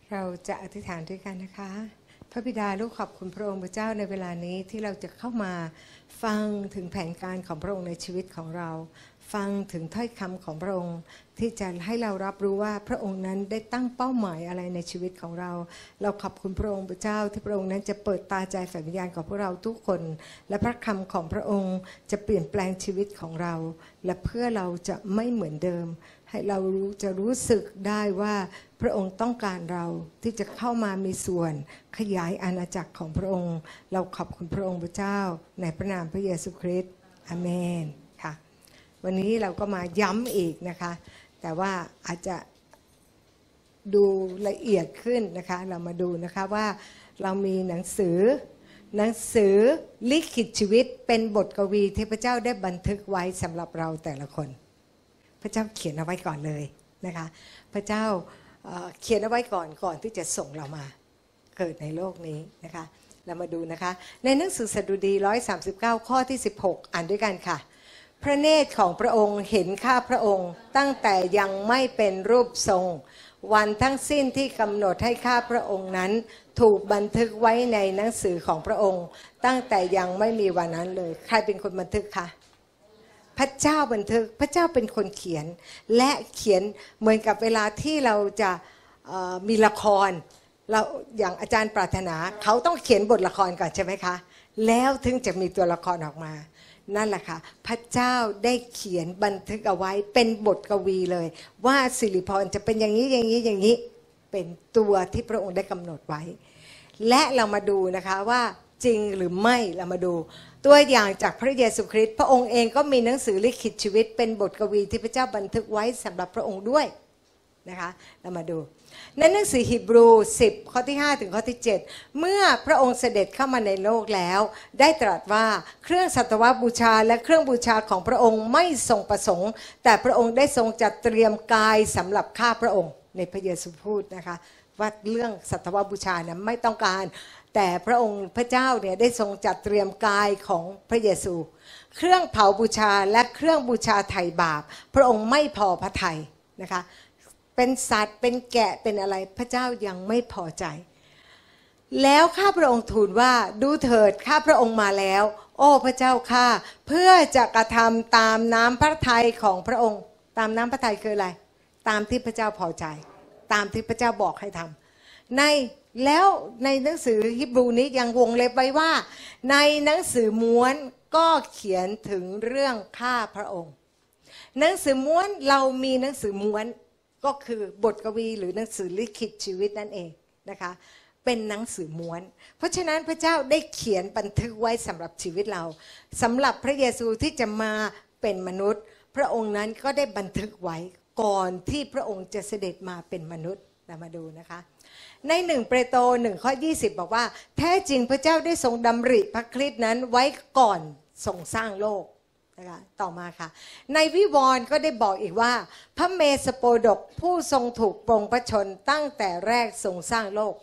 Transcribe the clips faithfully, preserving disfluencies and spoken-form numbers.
เราจะอธิษฐานด้วยกันนะคะพระบิดาลูกขอบคุณพระองค์พระเจ้าในเวลานี้ที่เราจะเข้ามาฟังถึงแผนการของพระองค์ในชีวิตของเราฟังถึงถ้อยคำของพระองค์ที่จะให้เรารับรู้ว่าพระองค์นั้นได้ตั้งเป้าหมายอะไรในชีวิตของเราเราขอบคุณพระองค์พระเจ้าที่พระองค์นั้นจะเปิดตาใจฝ่ายวิญญาณของพวกเราทุกคนและพระคำของพระองค์จะเปลี่ยนแปลงชีวิตของเราและเพื่อเราจะไม่เหมือนเดิมให้เรารู้จะรู้สึกได้ว่าพระองค์ต้องการเราที่จะเข้ามามีส่วนขยายอาณาจักรของพระองค์เราขอบคุณพระองค์พระเจ้าในพระนามพระเยซูคริสต์อาเมนค่ะวันนี้เราก็มาย้ำอีกนะคะแต่ว่าอาจจะดูละเอียดขึ้นนะคะเรามาดูนะคะว่าเรามีหนังสือหนังสือลิขิตชีวิตเป็นบทกวีที่พระเจ้าได้บันทึกไว้สำหรับเราแต่ละคนพระเจ้าเขียนเอาไว้ก่อนเลยนะคะพระเจ้าเขียนเอาไว้ก่อนก่อนที่จะส่งเรามาเกิดในโลกนี้นะคะเรามาดูนะคะในหนังสือสดุดีหนึ่งร้อยสามสิบเก้าข้อที่สิบหกอ่านด้วยกันค่ะพระเนตรของพระองค์เห็นข้าพระองค์ตั้งแต่ยังไม่เป็นรูปทรงวันทั้งสิ้นที่กำหนดให้ข้าพระองค์นั้นถูกบันทึกไว้ในหนังสือของพระองค์ตั้งแต่ยังไม่มีวันนั้นเลยใครเป็นคนบันทึกคะพระเจ้าบันทึกพระเจ้าเป็นคนเขียนและเขียนเหมือนกับเวลาที่เราจะมีละครเราอย่างอาจารย์ปรารถนาเขาต้องเขียนบทละครก่อนใช่ไหมคะแล้วถึงจะมีตัวละครออกมานั่นแหละค่ะพระเจ้าได้เขียนบันทึกเอาไว้เป็นบทกวีเลยว่าสิริพรจะเป็นอย่างนี้อย่างนี้อย่างนี้เป็นตัวที่พระองค์ได้กำหนดไว้และเรามาดูนะคะว่าจริงหรือไม่เรามาดูตัวอย่างจากพระเยซูคริสต์พระองค์เองก็มีหนังสือลิขิตชีวิตเป็นบทกวีที่พระเจ้าบันทึกไว้สำหรับพระองค์ด้วยนะคะเรามาดูในหนังสือฮีบรูสิบข้อที่ห้าถึงข้อที่เจ็ดเมื่อพระองค์เสด็จเข้ามาในโลกแล้วได้ตรัสว่าเครื่องสัตวบูชาและเครื่องบูชาของพระองค์ไม่ทรงประสงค์แต่พระองค์ได้ทรงจัดเตรียมกายสำหรับข้าพระองค์ในพระเยซูพูดนะคะว่าเรื่องสัตวบูชาเนี่ยไม่ต้องการแต่พระองค์พระเจ้าเนี่ยได้ทรงจัดเตรียมกายของพระเยซูเครื่องเผาบูชาและเครื่องบูชาไถ่บาปพระองค์ไม่พอพระทัยนะคะเป็นสัตว์เป็นแกะเป็นอะไรพระเจ้ายังไม่พอใจแล้วข้าพระองค์ทูลว่าดูเถิดข้าพระองค์มาแล้วโอ้พระเจ้าข้าเพื่อจะกระทำตามน้ำพระทัยของพระองค์ตามน้ำพระทัยคืออะไรตามที่พระเจ้าพอใจตามที่พระเจ้าบอกให้ทำในแล้วในหนังสือฮีบรูนี้ยังวงเล็บไว้ว่าในหนังสือม้วนก็เขียนถึงเรื่องข้าพระองค์หนังสือม้วนเรามีหนังสือม้วนก็คือบทกวีหรือหนังสือลิขิตชีวิตนั่นเองนะคะเป็นหนังสือม้วนเพราะฉะนั้นพระเจ้าได้เขียนบันทึกไว้สำหรับชีวิตเราสำหรับพระเยซูที่จะมาเป็นมนุษย์พระองค์นั้นก็ได้บันทึกไว้ก่อนที่พระองค์จะเสด็จมาเป็นมนุษย์เรามาดูนะคะในหนึ่งเปโตรหนึ่งข้อยี่สิบบอกว่าแท้จริงพระเจ้าได้ทรงดำริพระคริสต์นั้นไว้ก่อนทรงสร้างโลกนะคะต่อมาค่ะในวิวรณ์ก็ได้บอกอีกว่าพระเมสโปดกผู้ทรงถูกปรงพระชนตั้งแต่แรกทรงสร้างโลก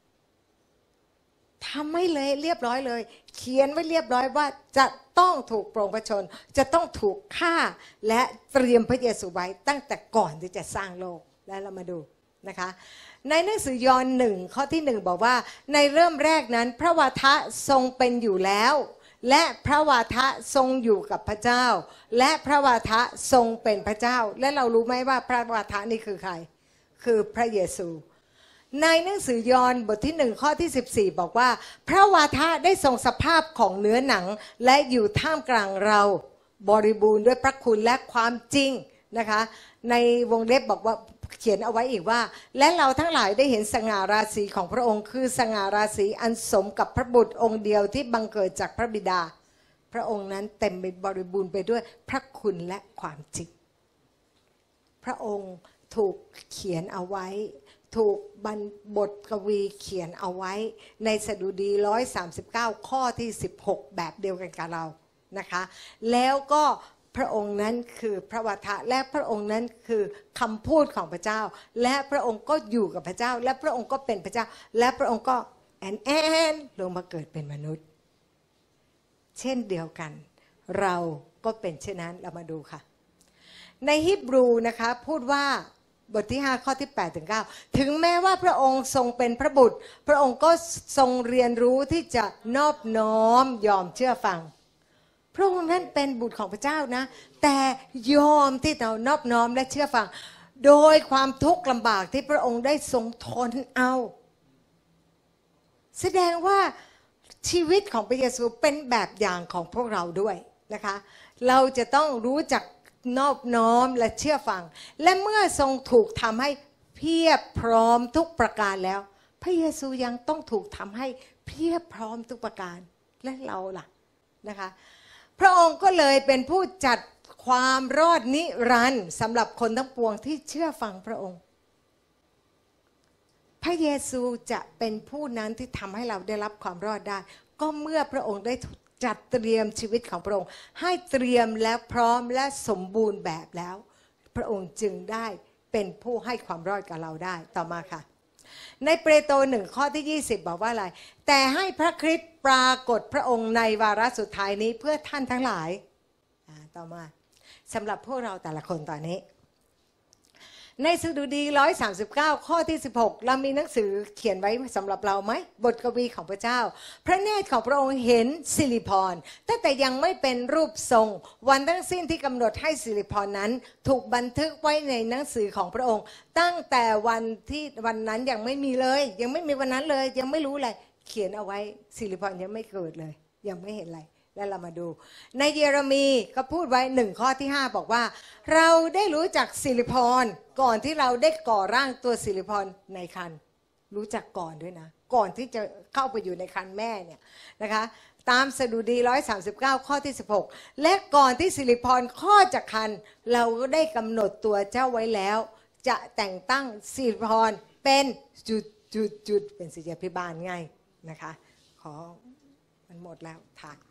ทำไม่เลยเรียบร้อยเลยเขียนไว้เรียบร้อยว่าจะต้องถูกปรงพระชนจะต้องถูกฆ่าและเตรียมพระเยซูไว้ตั้งแต่ก่อนที่จะสร้างโลกแล้วเรามาดูนะคะในหนังสือยอห์นหนึ่งข้อที่หนึ่งบอกว่าในเริ่มแรกนั้นพระวาทะทรงเป็นอยู่แล้วและพระวาทะทรงอยู่กับพระเจ้าและพระวาทะทรงเป็นพระเจ้าและเรารู้ไหมว่าพระวาทะนี่คือใครคือพระเยซูในหนังสือยอห์นบทที่หนึ่งข้อที่สิบสี่บอกว่าพระวาทะได้ทรงสภาพของเนื้อหนังและอยู่ท่ามกลางเราบริบูรณ์ด้วยพระคุณและความจริงนะคะในวงเล็บบอกว่าเขียนเอาไว้อีกว่าและเราทั้งหลายได้เห็นสง่าราศีของพระองค์คือสง่าราศีอันสมกับพระบุตรองค์เดียวที่บังเกิดจากพระบิดาพระองค์นั้นเต็มไปบริบูรณ์ไปด้วยพระคุณและความจริงพระองค์ถูกเขียนเอาไว้ถูกบทกวีเขียนเอาไว้ในสดุดีหนึ่งร้อยสามสิบเก้าข้อที่สิบหกแบบเดียวกันกับเรานะคะแล้วก็พระองค์นั้นคือพระวาทะและพระองค์นั้นคือคำพูดของพระเจ้าและพระองค์ก็อยู่กับพระเจ้าและพระองค์ก็เป็นพระเจ้าและพระองค์ก็แอนแอนลงมาเกิดเป็นมนุษย์เช่นเดียวกันเราก็เป็นเช่นนั้นเรามาดูค่ะในฮีบรูนะคะพูดว่าบทที่ห้าข้อที่แปดถึงเก้าถึงแม้ว่าพระองค์ทรงเป็นพระบุตรพระองค์ก็ทรงเรียนรู้ที่จะนอบน้อมยอมเชื่อฟังพระองค์นั้นเป็นบุตรของพระเจ้านะแต่ยอมที่เรานอบน้อมและเชื่อฟังโดยความทุกข์ลำบากที่พระองค์ได้ทรงทนเอาแสดงว่าชีวิตของพระเยซูเป็นแบบอย่างของพวกเราด้วยนะคะเราจะต้องรู้จักนอบน้อมและเชื่อฟังและเมื่อทรงถูกทำให้เพียบพร้อมทุกประการแล้วพระเยซูยังต้องถูกทำให้เพียบพร้อมทุกประการและเราล่ะนะคะพระองค์ก็เลยเป็นผู้จัดความรอดนิรันดร์สำหรับคนทั้งปวงที่เชื่อฟังพระองค์พระเยซูจะเป็นผู้นั้นที่ทำให้เราได้รับความรอดได้ก็เมื่อพระองค์ได้จัดเตรียมชีวิตของพระองค์ให้เตรียมและพร้อมและสมบูรณ์แบบแล้วพระองค์จึงได้เป็นผู้ให้ความรอดกับเราได้ต่อมาค่ะในเปโตรหนึ่งข้อที่ยี่สิบบอกว่าอะไรแต่ให้พระคริสต์ปรากฏพระองค์ในวาระสุดท้ายนี้เพื่อท่านทั้งหลายต่อมาสำหรับพวกเราแต่ละคนตอนนี้ในสดุดีหนึ่งร้อยสามสิบเก้าข้อที่สิบหกเรามีหนังสือเขียนไว้สำหรับเราไหมบทกวีของพระเจ้าพระเนตรของพระองค์เห็นสิริพรตั้งแต่ยังไม่เป็นรูปทรงวันทั้งสิ้นที่กำหนดให้สิริพรนั้นถูกบันทึกไว้ในหนังสือของพระองค์ตั้งแต่วันที่วันนั้นยังไม่มีเลยยังไม่มีวันนั้นเลยยังไม่รู้อะไรเขียนเอาไว้สิริพรยังไม่เกิดเลยยังไม่เห็นอะไรแล้วเรามาดูในเยเรมีก็พูดไว้หนึ่งข้อที่ห้าบอกว่าเราได้รู้จักสิริพรก่อนที่เราได้ก่อร่างตัวสิริพรในครรภ์รู้จักก่อนด้วยนะก่อนที่จะเข้าไปอยู่ในครรภ์แม่เนี่ยนะคะตามสดุดีหนึ่งร้อยสามสิบเก้าข้อที่สิบหกและก่อนที่สิริพรคลอดจากครรภ์เราก็ได้กำหนดตัวเจ้าไว้แล้วจะแต่งตั้งสิริพรเป็นจุดจุดจุดเป็นศิษยาภิบาลไงนะคะขอมันหมดแล้วถ่าย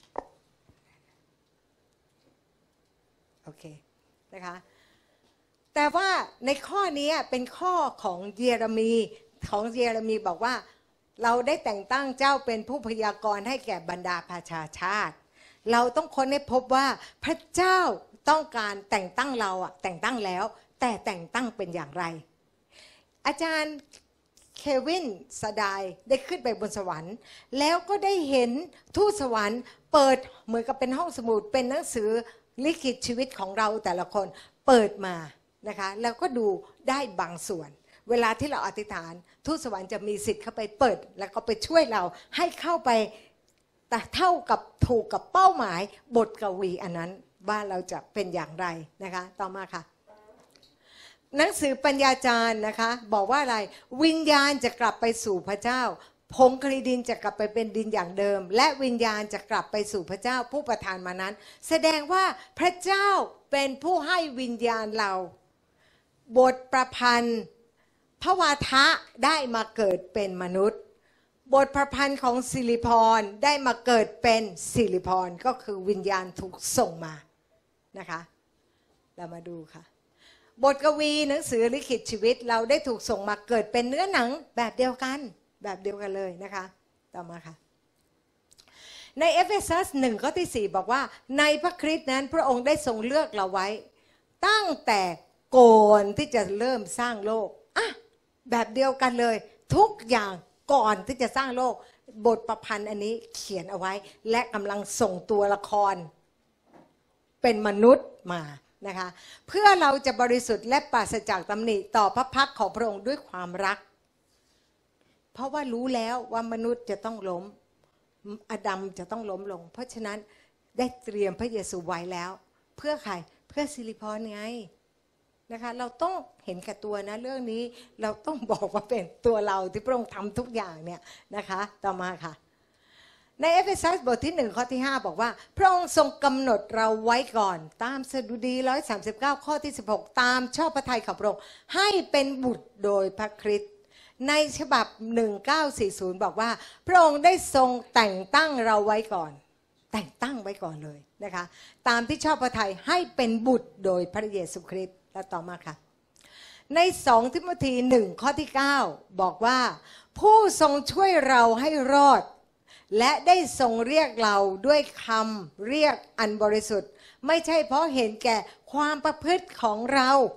โอเคนะคะแต่ว่าในข้อนี้เป็นข้อของเยเรมีของเยเรมีบอกว่าเราได้แต่งตั้งเจ้าเป็นผู้พยากรณ์ให้แก่บรรดาประชาชาติเราต้องค้นให้พบว่าพระเจ้าต้องการแต่งตั้งเราอะแต่งตั้งแล้วแต่แต่งตั้งเป็นอย่างไรอาจารย์เควินสดายได้ขึ้นไปบนสวรรค์แล้วก็ได้เห็นทูตสวรรค์เปิดเหมือนกับเป็นห้องสมุดเป็นหนังสือลิขิตชีวิตของเราแต่ละคนเปิดมานะคะแล้วก็ดูได้บางส่วนเวลาที่เราอธิษฐานทูตสวรรค์จะมีสิทธิ์เข้าไปเปิดแล้วก็ไปช่วยเราให้เข้าไปแต่เท่ากับถูกกับเป้าหมายบทกวีอันนั้นว่าเราจะเป็นอย่างไรนะคะต่อมาค่ะหนังสือปัญญาจารย์นะคะบอกว่าอะไรวิญญาณจะกลับไปสู่พระเจ้าผงคลีดินจะกลับไปเป็นดินอย่างเดิมและวิญญาณจะกลับไปสู่พระเจ้าผู้ประทานมานั้นแสดงว่าพระเจ้าเป็นผู้ให้วิญญาณเราบทประพันธ์พระวาทะได้มาเกิดเป็นมนุษย์บทประพันธ์ของสิริพรได้มาเกิดเป็นสิริพรก็คือวิญญาณถูกส่งมานะคะเรามาดูค่ะบทกวีหนังสือลิขิตชีวิตเราได้ถูกส่งมาเกิดเป็นเนื้อหนังแบบเดียวกันแบบเดียวกันเลยนะคะต่อมาค่ะในเอเฟซัสหนึ่งข้อที่สี่บอกว่าในพระคริสต์นั้นพระองค์ได้ทรงเลือกเราไว้ตั้งแต่ก่อนที่จะเริ่มสร้างโลกอ่ะแบบเดียวกันเลยทุกอย่างก่อนที่จะสร้างโลกบทประพันธ์อันนี้เขียนเอาไว้และกำลังส่งตัวละครเป็นมนุษย์มานะคะเพื่อเราจะบริสุทธิ์และปราศจากตำหนิต่อพระพักของพระองค์ด้วยความรักเพราะว่ารู้แล้วว่ามนุษย์จะต้องล้มอาดัมจะต้องล้มลงเพราะฉะนั้นได้เตรียมพระเยซูไว้แล้วเพื่อใครเพื่อสิริพรไงนะคะเราต้องเห็นแก่ตัวนะเรื่องนี้เราต้องบอกว่าเป็นตัวเราที่พระองค์ทำทุกอย่างเนี่ยนะคะต่อมาค่ะในเอเฟซัสบทที่หนึ่งข้อที่ห้าบอกว่าพระองค์ทรงกำหนดเราไว้ก่อนตามสดุดีหนึ่งร้อยสามสิบเก้าข้อที่สิบหกตามชอบพระทัยของพระองค์ให้เป็นบุตรโดยพระคริสต์ในฉบับหนึ่งเก้าสี่ศูนย์บอกว่าพระองค์ได้ทรงแต่งตั้งเราไว้ก่อนแต่งตั้งไว้ก่อนเลยนะคะตามที่ชอบพระทัยให้เป็นบุตรโดยพระเยซูคริสต์และต่อมาค่ะในสองทิโมธีหนึ่งข้อที่เก้าบอกว่าผู้ทรงช่วยเราให้รอดและได้ทรงเรียกเราด้วยคำเรียกอันบริสุทธิ์ไม่ใช่เพราะเห็นแก่ความประพฤติของเรา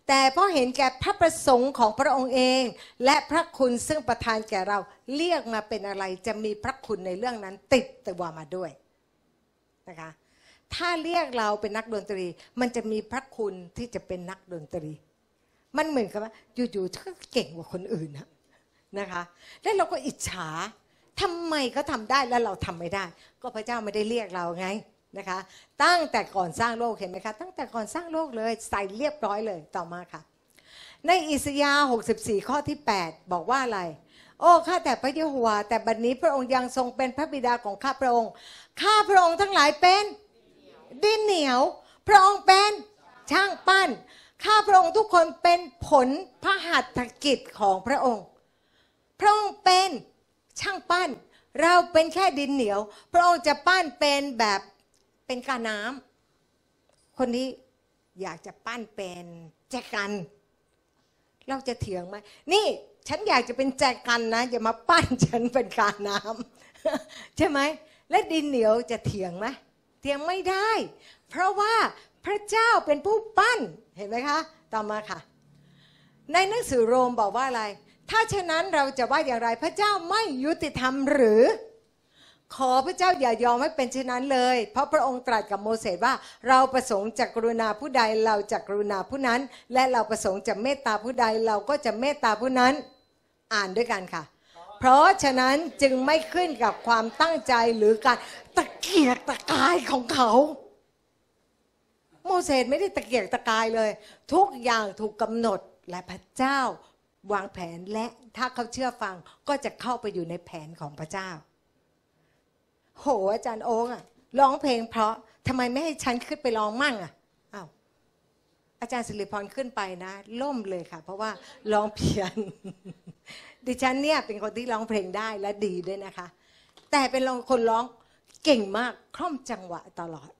แต่เพราะเห็นแก่พระประสงค์ของพระองค์เองและพระคุณซึ่งประทานแก่เราเรียกมาเป็นอะไรจะมีพระคุณในเรื่องนั้นติดตัวมาด้วยนะคะถ้าเรียกเราเป็นนักดนตรีมันจะมีพระคุณที่จะเป็นนักดนตรีมันเหมือนกับว่าอยู่ๆก็เก่งกว่าคนอื่นนะนะคะแล้วเราก็อิจฉาทำไมเขาทำได้แล้วเราทำไม่ได้ก็พระเจ้าไม่ได้เรียกเราไงนะคะตั้งแต่ก่อนสร้างโลกเห็นไหมคะตั้งแต่ก่อนสร้างโลกเลยใส่เรียบร้อยเลยต่อมาค่ะในอิสยาห์หกสิบสี่ข้อที่แปดบอกว่าอะไรโอ้ข้าแต่พระเยโฮวาแต่บัดนี้พระองค์ยังทรงเป็นพระบิดาของข้าพระองค์ข้าพระองค์ทั้งหลายเป็นดินเหนียวพระองค์เป็นช่างปั้นข้าพระองค์ทุกคนเป็นผลพระหัตถกิจของพระองค์พระองค์เป็นช่างปั้นเราเป็นแค่ดินเหนียวพระองค์จะปั้นเป็นแบบเป็นกาน้ำคนนี้อยากจะปั้นเป็นแจกันเราจะเถียงไหมนี่ฉันอยากจะเป็นแจกันนะอย่ามาปั้นฉันเป็นกาน้ำใช่ไหมและดินเหนียวจะเถียงไหมเถียงไม่ได้เพราะว่าพระเจ้าเป็นผู้ปั้นเห็นไหมคะต่อมาค่ะในหนังสือโรมบอกว่าอะไรถ้าฉะนั้นเราจะว่าอย่างไรพระเจ้าไม่ยุติธรรมหรือขอพระเจ้าอย่ายอมให้เป็นเช่นนั้นเลยเพราะพระองค์ตรัสกับโมเสสว่าเราประสงค์จะกรุณาผู้ใดเราจะกรุณาผู้นั้นและเราประสงค์จะเมตตาผู้ใดเราก็จะเมตตาผู้นั้นอ่านด้วยกันค่ะเพราะฉะนั้นจึงไม่ขึ้นกับความตั้งใจหรือการตะเกียกตะกายของเขาโมเสสไม่ได้ตะเกียกตะกายเลยทุกอย่างถูกกำหนดและพระเจ้าวางแผนและถ้าเขาเชื่อฟังก็จะเข้าไปอยู่ในแผนของพระเจ้าโหอาจารย์โอ๊กอะร้องเพลงเพราะทำไมไม่ให้ฉันขึ้นไปร้องมั่งอะอ้าวอาจารย์สิริพรขึ้นไปนะล่มเลยค่ะเพราะว่าร้องเพี้ยน ดิฉันเนี่ยเป็นคนที่ร้องเพลงได้และดีด้วยนะคะแต่เป็นคนร้องเก่งมากคล่อมจังหวะตลอด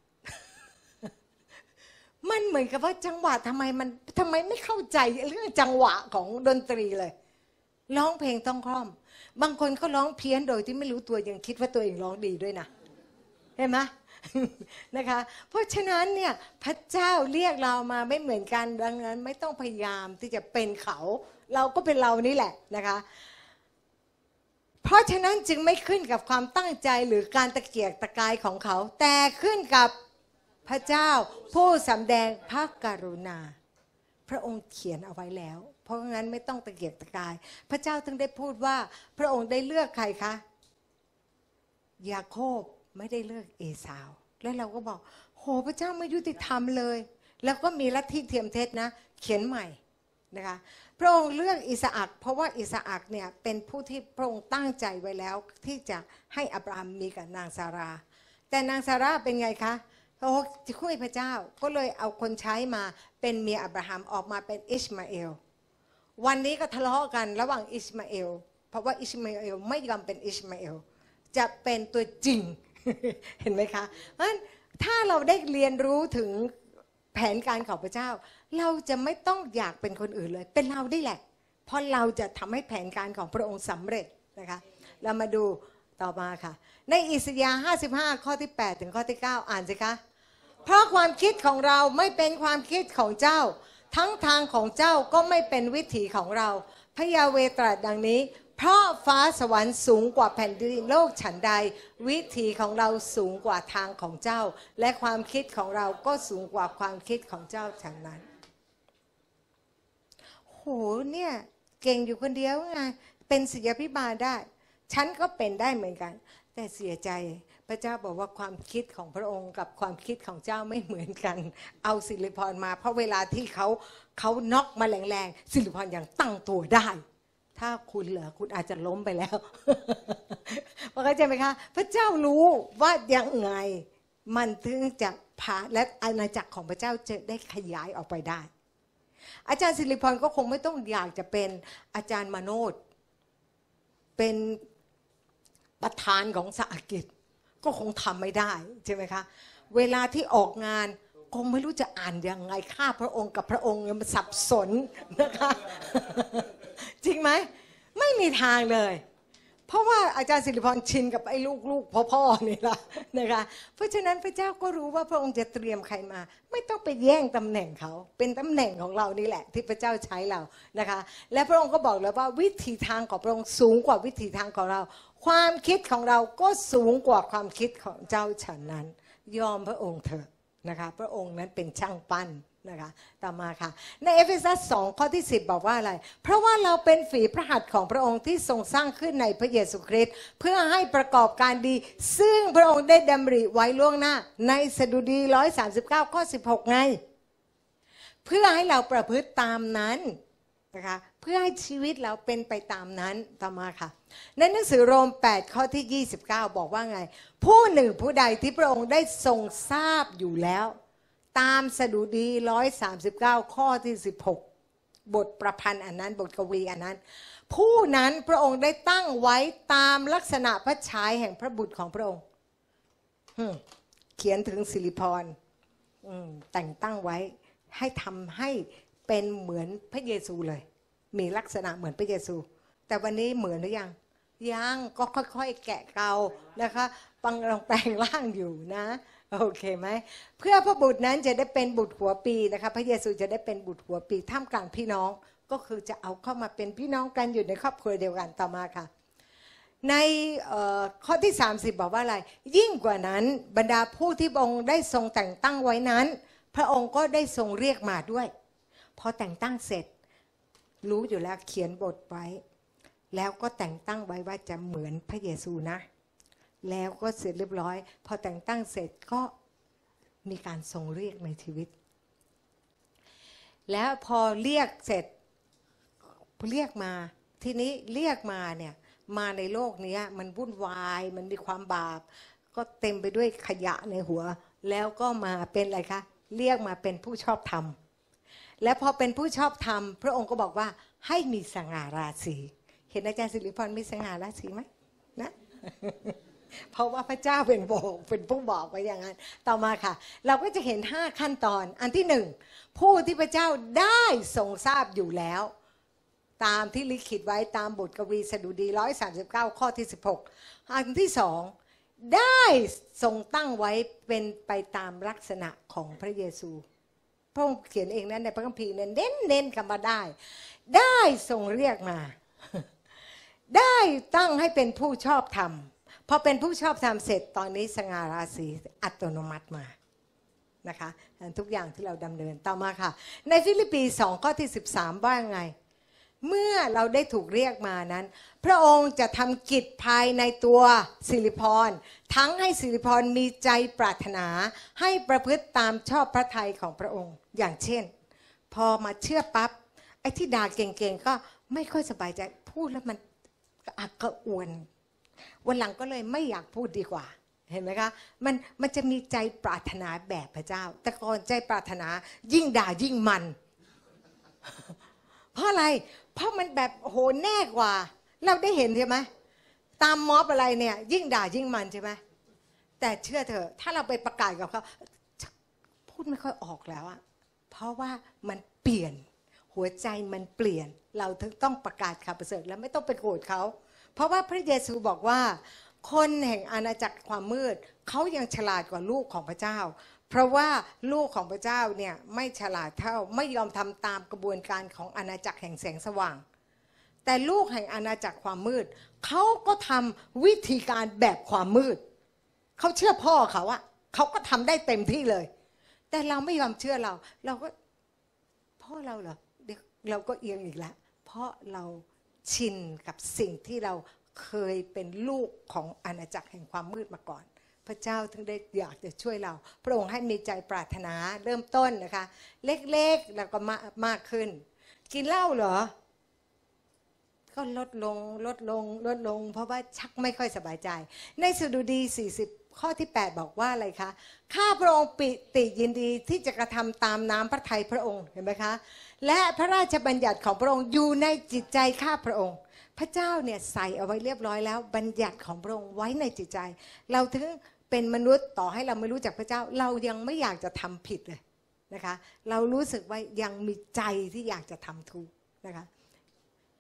มันเหมือนกับว่าจังหวะทำไมมันทำไมไม่เข้าใจเรื่องจังหวะของดนตรีเลยร้องเพลงต้องคล่อมบางคนเขาร้องเพี้ยนโดยที่ไม่รู้ตัวยังคิดว่าตัวเองร้องดีด้วยนะเห็นไหม นะคะเพราะฉะนั้นเนี่ยพระเจ้าเรียกเรามาไม่เหมือนกันดังนั้นไม่ต้องพยายามที่จะเป็นเขาเราก็เป็นเรานี่แหละนะคะเพราะฉะนั้นจึงไม่ขึ้นกับความตั้งใจหรือการตะเกียกตะกายของเขาแต่ขึ้นกับพระเจ้าผู้สำแดงพระกรุณาพระองค์เขียนเอาไว้แล้วเพราะงั้นไม่ต้องตะเกียกตะกายพระเจ้าถึงได้พูดว่าพระองค์ได้เลือกใครคะยาโคบไม่ได้เลือกเอสาวแล้วเราก็บอกโหพระเจ้าไม่ยุติธรรมเลยแล้วก็มีลัทธิเทียมเท็จนะเขียนใหม่นะคะพระองค์เลือกอิสอัคเพราะว่าอิสอัคเนี่ยเป็นผู้ที่พระองค์ตั้งใจไว้แล้วที่จะให้อับราฮัมมีกับนางซาราแต่นางซาราเป็นไงคะโอ้จะคุยพระเจ้าก็เลยเอาคนใช้มาเป็นเมียอับราฮัมออกมาเป็นอิชมาเอลวันนี้ก็ทะเลาะกันระหว่างอิชมาเอลเพราะว่าอิชมาเอลไม่ยอมเป็นอิชมาเอลจะเป็นตัวจริง เห็นไหมคะเพราะฉะนั้นถ้าเราได้เรียนรู้ถึงแผนการของพระเจ้าเราจะไม่ต้องอยากเป็นคนอื่นเลยเป็นเราได้แหละเพราะเราจะทำให้แผนการของพระองค์สำเร็จนะคะเรามาดูต่อมาค่ะในอิสยาห์ห้าสิบห้าข้อที่แปดถึงข้อที่เก้าอ่านสิคะเพราะความคิดของเราไม่เป็นความคิดของเจ้าทั้งทางของเจ้าก็ไม่เป็นวิถีของเราพระยาเวตรัสดังนี้เพราะฟ้าสวรรค์สูงกว่าแผ่นดินโลกฉันใดวิถีของเราสูงกว่าทางของเจ้าและความคิดของเราก็สูงกว่าความคิดของเจ้าฉันนั้นโหเนี่ยเก่งอยู่คนเดียวไงเป็นศิษยาภิบาลได้ฉันก็เป็นได้เหมือนกันแต่เสียใจพระเจ้าบอกว่าความคิดของพระองค์กับความคิดของเจ้าไม่เหมือนกันเอาสิริพรมาเพราะเวลาที่เขาเขาน็อกมาแรงๆสิริพรยังตั้งตัวได้ถ้าคุณเหรอคุณอาจจะล้มไปแล้วเข้าใจไหมคะพระเจ้ารู้ว่ายังไงมันถึงจะพาและอาณาจักรของพระเจ้าจะได้ขยายออกไปได้อาจารย์สิริพรก็คงไม่ต้องอยากจะเป็นอาจารย์มโนดเป็นประธานของสหกิจก็คงทำไม่ได้ใช่ไหมคะเวลาที่ออกงานคงไม่รู้จะอ่านยังไงข้าพระองค์กับพระองค์มันสับสนนะคะจริงไหมไม่มีทางเลยเพราะว่าอาจารย์สิริพรชินกับไอ้ลูกๆพ่อๆนี่ละนะคะเพราะฉะนั้นพระเจ้าก็รู้ว่าพระองค์จะเตรียมใครมาไม่ต้องไปแย่งตำแหน่งเขาเป็นตำแหน่งของเรานี่แหละที่พระเจ้าใช้เรานะคะและพระองค์ก็บอกเลยว่าวิธีทางของพระองค์สูงกว่าวิธีทางของเราความคิดของเราก็สูงกว่าความคิดของเจ้าฉันนั้นยอมพระองค์เถอะนะคะพระองค์นั้นเป็นช่างปั้นนะคะต่อมาค่ะในเอเฟซัสสองข้อที่สิบบอกว่าอะไรเพราะว่าเราเป็นฝีพระหัตถ์ของพระองค์ที่ทรงสร้างขึ้นในพระเยซูคริสต์เพื่อให้ประกอบการดีซึ่งพระองค์ได้ดำริไว้ล่วงหน้าในสดุดีหนึ่งร้อยสามสิบเก้าข้อสิบหกไงเพื่อให้เราประพฤติตามนั้นนะคะเพื่อให้ชีวิตเราเป็นไปตามนั้นต่อมาค่ะในหนังสือโรมแปดข้อที่ยี่สิบเก้าบอกว่าไงผู้หนึ่งผู้ใดที่พระองค์ได้ทรงทราบอยู่แล้วตามสดุดีหนึ่งร้อยสามสิบเก้าข้อที่สิบหกบทประพันธ์อันนั้นบทกวีอันนั้นผู้นั้นพระองค์ได้ตั้งไว้ตามลักษณะพระฉายแห่งพระบุตรของพระองค์เขียนถึงสิริพรแต่งตั้งไว้ให้ทำให้เป็นเหมือนพระเยซูเลยมีลักษณะเหมือนพระเยซูแต่วันนี้เหมือนหรือยังยังก็ค่อยๆแกะเกานะคะปังลองแปลงร่างอยู่นะโอเคไหมเพื่อพระบุตรนั้นจะได้เป็นบุตรหัวปีนะคะพระเยซูจะได้เป็นบุตรหัวปีท่ามกลางพี่น้องก็คือจะเอาเข้ามาเป็นพี่น้องกันอยู่ในครอบครัวเดียวกันต่อมาค่ะในข้อที่สามสิบบอกว่าอะไรยิ่งกว่านั้นบรรดาผู้ที่พระองค์ได้ทรงแต่งตั้งไว้นั้นพระองค์ก็ได้ทรงเรียกมาด้วยพอแต่งตั้งเสร็จรู้อยู่แล้วเขียนบทไว้แล้วก็แต่งตั้งไว้ว่าจะเหมือนพระเยซูนะแล้วก็เสร็จเรียบร้อยพอแต่งตั้งเสร็จก็มีการทรงเรียกในชีวิตแล้วพอเรียกเสร็จเรียกมาทีนี้เรียกมาเนี่ยมาในโลกนี้มันวุ่นวายมันมีความบาปก็เต็มไปด้วยขยะในหัวแล้วก็มาเป็นอะไรคะเรียกมาเป็นผู้ชอบธรรมและพอเป็นผู้ชอบธรรมพระองค์ก็บอกว่าให้มีสง่าราศีเห็นอาจารย์สิริพรมีสง่าราศีไหมนะเพราะว่าพระเจ้าเป็นบอกเป็นผู้บอกไว้อย่างนั้นต่อมาค่ะเราก็จะเห็นห้าขั้นตอนอันที่หนึ่งผู้ที่พระเจ้าได้ทรงทราบอยู่แล้วตามที่ลิขิตไว้ตามบทกวีสดุดีหนึ่งร้อยสามสิบเก้าข้อที่สิบหกอันที่สองได้ทรงตั้งไว้เป็นไปตามลักษณะของพระเยซูพระองค์เขียนเองนั้นในพระคัมภีร์เน้นเน้นเน้นคำว่าได้ได้ทรงเรียกมาได้ตั้งให้เป็นผู้ชอบธรรมพอเป็นผู้ชอบธรรมเสร็จตอนนี้สง่าราศีอัตโนมัติมานะคะทุกอย่างที่เราดำเนินต่อมาค่ะในฟิลิปปีสองข้อที่สิบสามว่าไงเมื่อเราได้ถูกเรียกมานั้นพระองค์จะทำกิจภายในตัวสิริพรทั้งให้สิริพรมีใจปรารถนาให้ประพฤติตามชอบพระทัยของพระองค์อย่างเช่นพอมาเชื่อปั๊บไอ้ที่ด่าเก่งๆก็ไม่ค่อยสบายใจพูดแล้วมันอักกระอ่วนวันหลังก็เลยไม่อยากพูดดีกว่าเห็นไหมคะมันมันจะมีใจปรารถนาแบบพระเจ้าแต่ก่อนใจปรารถนายิ่งด่ายิ่งมันเพราะอะไรเพราะมันแบบโหแน่กว่าเราได้เห็นใช่ไหมตามม็อบอะไรเนี่ยยิ่งด่ายิ่งมันใช่ไหมแต่เชื่อเถอะถ้าเราไปประกาศกับเขาพูดไม่ค่อยออกแล้วอะเพราะว่ามันเปลี่ยนหัวใจมันเปลี่ยนเราถึงต้องประกาศข่าวประเสริฐแล้วไม่ต้องไปโกรธเขาเพราะว่าพระเยซูบอกว่าคนแห่งอาณาจักรความมืดเขายังฉลาดกว่าลูกของพระเจ้าเพราะว่าลูกของพระเจ้าเนี่ยไม่ฉลาดเท่าไม่ยอมทำตามกระบวนการของอาณาจักรแห่งแสงสว่างแต่ลูกแห่งอาณาจักรความมืดเขาก็ทำวิธีการแบบความมืดเขาเชื่อพ่อเขาอะเขาก็ทำได้เต็มที่เลยแต่เราไม่ยอมเชื่อเราเราก็พ่อเราเหรอเดี๋ยวเราก็เอียงอีกแล้วเพราะเราชินกับสิ่งที่เราเคยเป็นลูกของอาณาจักรแห่งความมืดมาก่อนพระเจ้าถึงได้อยากจะช่วยเราพระองค์ให้มีใจปรารถนาเริ่มต้นนะคะเล็กๆแล้วก็มามากขึ้นกินเหล้าเหรอก็ลดลงลดลงลดลงเพราะว่าชักไม่ค่อยสบายใจในสดุดีสี่สิบข้อที่แปดบอกว่าอะไรคะข้าพระองค์ปิติยินดีที่จะกระทำตามน้ำพระทัยพระองค์เห็นไหมคะและพระราชบัญญัติของพระองค์อยู่ในจิตใจข้าพระองค์พระเจ้าเนี่ยใส่เอาไว้เรียบร้อยแล้วบัญญัติของพระองค์ไว้ในจิตใจเราถึงเป็นมนุษย์ต่อให้เราไม่รู้จักพระเจ้าเรายังไม่อยากจะทำผิดเลยนะคะเรารู้สึกว่ายังมีใจที่อยากจะทำถูกนะคะ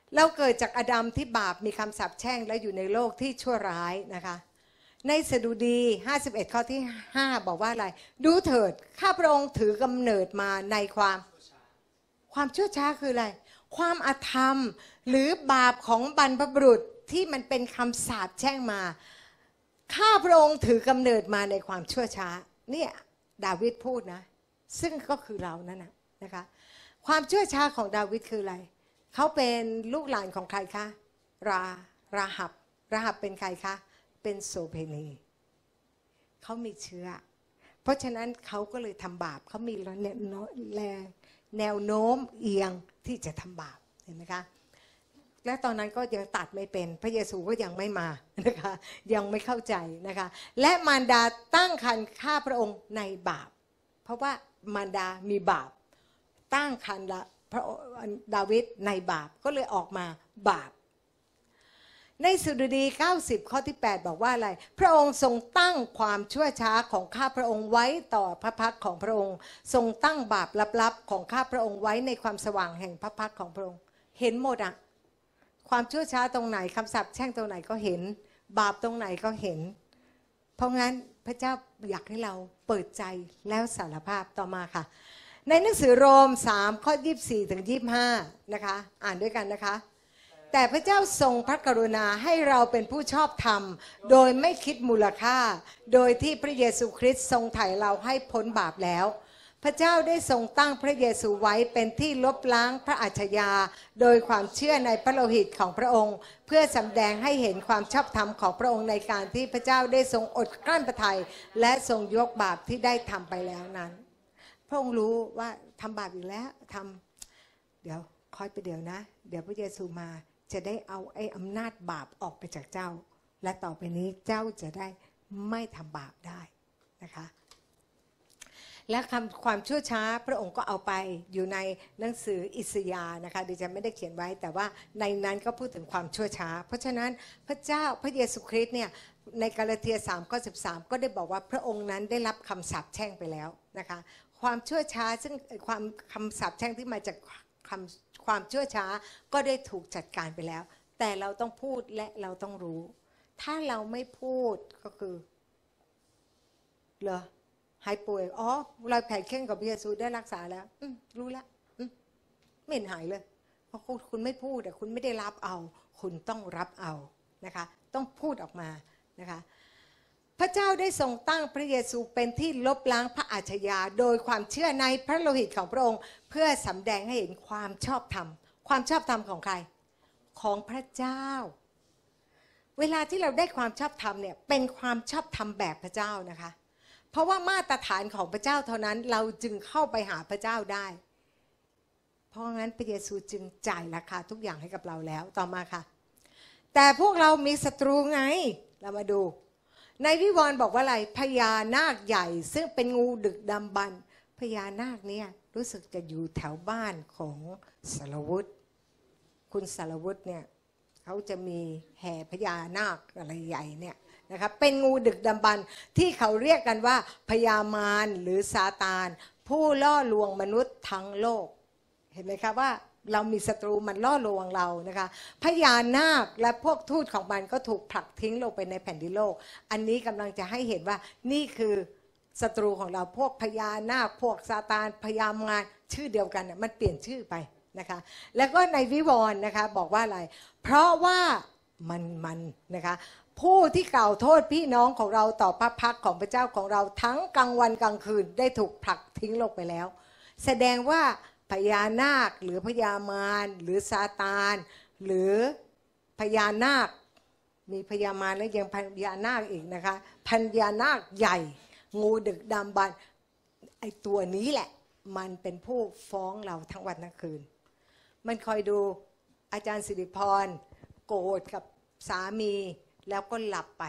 เราเกิดจากอาดัมที่บาปมีคำสาปแช่งและอยู่ในโลกที่ชั่วร้ายนะคะในสดุดีห้าสิบเอ็ดข้อที่ห้าบอกว่าอะไรดูเถิดข้าพระองค์ถือกำเนิดมาในความความชั่วช้าคืออะไรความอธรรมหรือบาปของบรรพบุรุษที่มันเป็นคำสาปแช่งมาข้าพระองค์ถือกำเนิดมาในความชั่วช้าเนี่ยดาวิดพูดนะซึ่งก็คือเรานั่นนะนะคะความชั่วช้าของดาวิดคืออะไรเขาเป็นลูกหลานของใครคะราราหับราหับเป็นใครคะเป็นโสเภณีเขามีเชื้อเพราะฉะนั้นเขาก็เลยทำบาปเขามีแรงแนวโน้มเอียงที่จะทำบาปเห็นไหมคะและตอนนั้นก็ยังตัดไม่เป็นพระเยซูก็ยังไม่มานะคะยังไม่เข้าใจนะคะและมารดาตั้งครรภ์ฆ่าพระองค์ในบาปเพราะว่ามารดามีบาปตั้งครรภ์พระดาวิดในบาปก็เลยออกมาบาปในสดุดีเก้าสิบข้อที่แปดบอกว่าอะไรพระองค์ทรงตั้งความชั่วช้าของข้าพระองค์ไว้ต่อพระพักของพระองค์ทรงตั้งบาปลับๆของข้าพระองค์ไว้ในความสว่างแห่งพระพักของพระองค์เห็นหมดอะความชั่วช้าตรงไหนคำสาปแช่งตรงไหนก็เห็นบาปตรงไหนก็เห็นเพราะงั้นพระเจ้าอยากให้เราเปิดใจแล้วสารภาพต่อมาค่ะในหนังสือโรมสามข้อยี่สิบสี่ถึงยี่สิบห้านะคะอ่านด้วยกันนะคะแต่พระเจ้าทรงพระกรุณาให้เราเป็นผู้ชอบธรรมโดยไม่คิดมูลค่าโดยที่พระเยซูคริสต์ทรงไถ่เราให้พ้นบาปแล้วพระเจ้าได้ทรงตั้งพระเยซูไว้เป็นที่ลบล้างพระอัจฉริยะโดยความเชื่อในพระโลหิตของพระองค์เพื่อสำแดงให้เห็นความชอบธรรมของพระองค์ในการที่พระเจ้าได้ทรงอดกลั้นพระทัยและทรงยกบาปที่ได้ทำไปแล้วนั้นพระองค์รู้ว่าทำบาปอีกแล้วทำเดี๋ยวคอยไปเดี๋ยวนะเดี๋ยวพระเยซูมาจะได้เอาไอ้อำนาจบาปออกไปจากเจ้าและต่อไปนี้เจ้าจะได้ไม่ทำบาปได้นะคะและคำความชั่วช้าพระองค์ก็เอาไปอยู่ในหนังสืออิสยาห์นะคะดิฉันไม่ได้เขียนไว้แต่ว่าในนั้นก็พูดถึงความชั่วช้าเพราะฉะนั้นพระเจ้าพระเยซูคริสต์เนี่ยในกาลาเทียสามข้อสิบสามก็ได้บอกว่าพระองค์นั้นได้รับคำสาปแช่งไปแล้วนะคะความชั่วช้าซึ่งความคำสาปแช่งที่มาจากคำความชั่วช้าก็ได้ถูกจัดการไปแล้วแต่เราต้องพูดและเราต้องรู้ถ้าเราไม่พูดก็คือเหรอหายป่วยอ๋อเราแผลเข่งกับพระเยซูได้รักษาแล้วรู้แล้วไม่เห็นหายเลยเพราะคุณไม่พูดแต่คุณไม่ได้รับเอาคุณต้องรับเอานะคะต้องพูดออกมานะคะพระเจ้าได้ทรงตั้งพระเยซูเป็นที่ลบล้างพระอัจฉริยะโดยความเชื่อในพระโลหิตของพระองค์เพื่อสำแดงให้เห็นความชอบธรรมความชอบธรรมของใครของพระเจ้าเวลาที่เราได้ความชอบธรรมเนี่ยเป็นความชอบธรรมแบบพระเจ้านะคะเพราะว่ามาตรฐานของพระเจ้าเท่านั้นเราจึงเข้าไปหาพระเจ้าได้เพราะงั้นพระเยซูจึงจ่ายราคาทุกอย่างให้กับเราแล้วต่อมาค่ะแต่พวกเรามีศัตรูไงเรามาดูในวิวรณ์บอกว่าอะไรพญานาคใหญ่ซึ่งเป็นงูดึกดำบรรพ์พญานาคเนี่ยรู้สึกจะอยู่แถวบ้านของสารวุฒิคุณสารวุฒิเนี่ยเขาจะมีแห่พญานาคอะไรใหญ่เนี่ยนะครับเป็นงูดึกดำบรรพ์ที่เขาเรียกกันว่าพญามารหรือซาตานผู้ล่อลวงมนุษย์ทั้งโลกเห็นไหมครับว่าเรามีศัตรูมันล่อลวงเรานะคะพญานาคและพวกทูตของมันก็ถูกผลักทิ้งลงไปในแผ่นดินโลกอันนี้กำลังจะให้เห็นว่านี่คือศัตรูของเราพวกพญานาคพวกซาตานพญามารชื่อเดียวกันน่ะมันเปลี่ยนชื่อไปนะคะแล้วก็ในวิวรณ์นะคะบอกว่าอะไรเพราะว่ามันมันนะคะผู้ที่กล่าวโทษพี่น้องของเราต่อพระพักของพระเจ้าของเราทั้งกลางวันกลางคืนได้ถูกผลักทิ้งลงไปแล้วแสดงว่าพญานาคหรือพญามารหรือซาตานหรือพญานาคมีพญามารแล้วยังพญานาคอีกนะคะพญานาคใหญ่งูดึกดำบรรพ์ไอตัวนี้แหละมันเป็นผู้ฟ้องเราทั้งวันทั้งคืนมันคอยดูอาจารย์สิริพรโกรธกับสามีแล้วก็หลับไป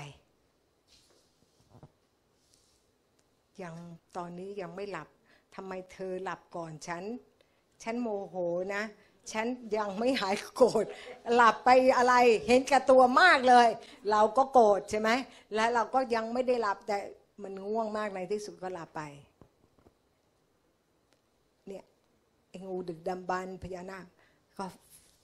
ยังตอนนี้ยังไม่หลับทำไมเธอหลับก่อนฉันฉันโมโหนะฉันยังไม่หายโกรธหลับไปอะไรเห็นแก่ตัวมากเลยเราก็โกรธใช่ไหมและเราก็ยังไม่ได้หลับแต่มันง่วงมากในที่สุดก็หลับไปเนี่ยไอ้งูดึกดำบรรพ์พญานาคก็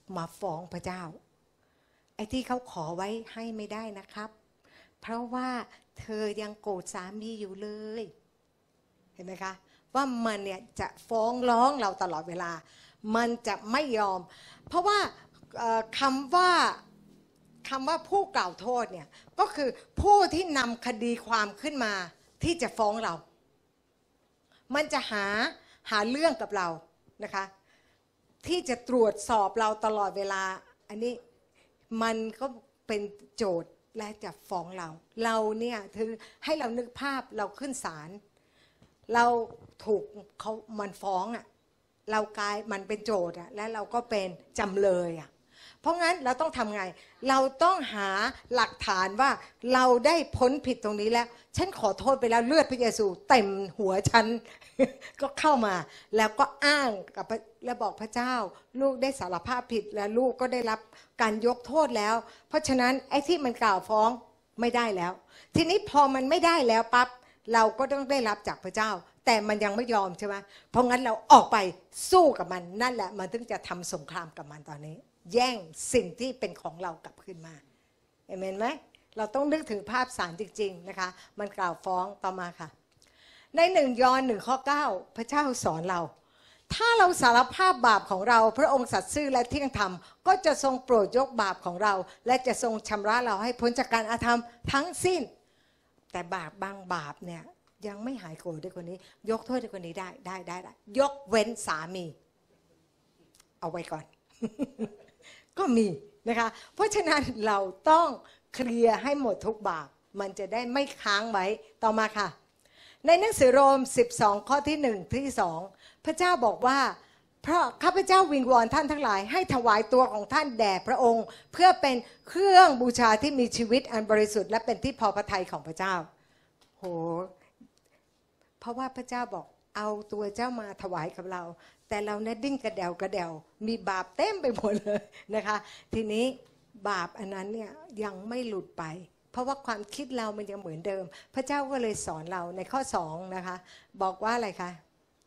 มาฟ้องพระเจ้าไอ้ที่เขาขอไว้ให้ไม่ได้นะครับเพราะว่าเธอยังโกรธสามีอยู่เลยเห็นไหมคะว่ามันเนี่ยจะฟ้องร้องเราตลอดเวลามันจะไม่ยอมเพราะว่าคำว่าคำว่าผู้กล่าวโทษเนี่ยก็คือผู้ที่นำคดีความขึ้นมาที่จะฟ้องเรามันจะหาหาเรื่องกับเรานะคะที่จะตรวจสอบเราตลอดเวลาอันนี้มันก็เป็นโจทย์และจะฟ้องเราเราเนี่ยคือให้เรานึกภาพเราขึ้นศาลเราถูกเขามันฟ้องอ่ะเรากลายมันเป็นโจทย์อ่ะและเราก็เป็นจำเลยอ่ะเพราะงั้นเราต้องทำไงเราต้องหาหลักฐานว่าเราได้พ้นผิดตรงนี้แล้วฉันขอโทษไปแล้วเลือดพระเยซูเต็มหัวฉัน ก็เข้ามาแล้วก็อ้างกับและบอกพระเจ้าลูกได้สารภาพผิดและลูกก็ได้รับการยกโทษแล้วเพราะฉะนั้นไอ้ที่มันกล่าวฟ้องไม่ได้แล้วทีนี้พอมันไม่ได้แล้วปั๊บเราก็ต้องได้รับจากพระเจ้าแต่มันยังไม่ยอมใช่ไหมเพราะงั้นเราออกไปสู้กับมันนั่นแหละมันถึงจะทำสงครามกับมันตอนนี้แย่งสิ่งที่เป็นของเรากลับขึ้นมาเห็นไหมเราต้องนึกถึงภาพศาลจริงๆนะคะมันกล่าวฟ้องต่อมาค่ะในหนึ่งยอห์นหนึ่งข้อเก้าพระเจ้าสอนเราถ้าเราสารภาพบาปของเราพระองค์สัตย์ซื่อและเที่ยงธรรมก็จะทรงโปรดยกบาปของเราและจะทรงชำระเราให้พ้นจากการอาธรรมทั้งสิ้นแต่บาปบางบาปเนี่ยยังไม่หายโกรธด้วยคนนี้ยกโทษด้วยคนนี้ได้ได้ได้ได้ยกเว้นสามีเอาไว้ก่อน ก็มีนะคะเพราะฉะนั้นเราต้องเคลียร์ให้หมดทุกบาปมันจะได้ไม่ค้างไว้ต่อมาค่ะในหนังสือโรมสิบสองข้อที่หนึ่งที่สองพระเจ้าบอกว่าเพราะข้าพเจ้าวิงวอนท่านทั้งหลายให้ถวายตัวของท่านแด่พระองค์เพื่อเป็นเครื่องบูชาที่มีชีวิตอันบริสุทธิ์และเป็นที่พอพระทัยของพระเจ้าโหเพราะว่าพระเจ้าบอกเอาตัวเจ้ามาถวายกับเราแต่เราเนี่ยดิ้นกระเดวกระเดวมีบาปเต็มไปหมดเลยนะคะทีนี้บาปอันนั้นเนี่ยยังไม่หลุดไปเพราะว่าความคิดเรามันยังเหมือนเดิมพระเจ้าก็เลยสอนเราในข้อสองนะคะบอกว่าอะไรคะ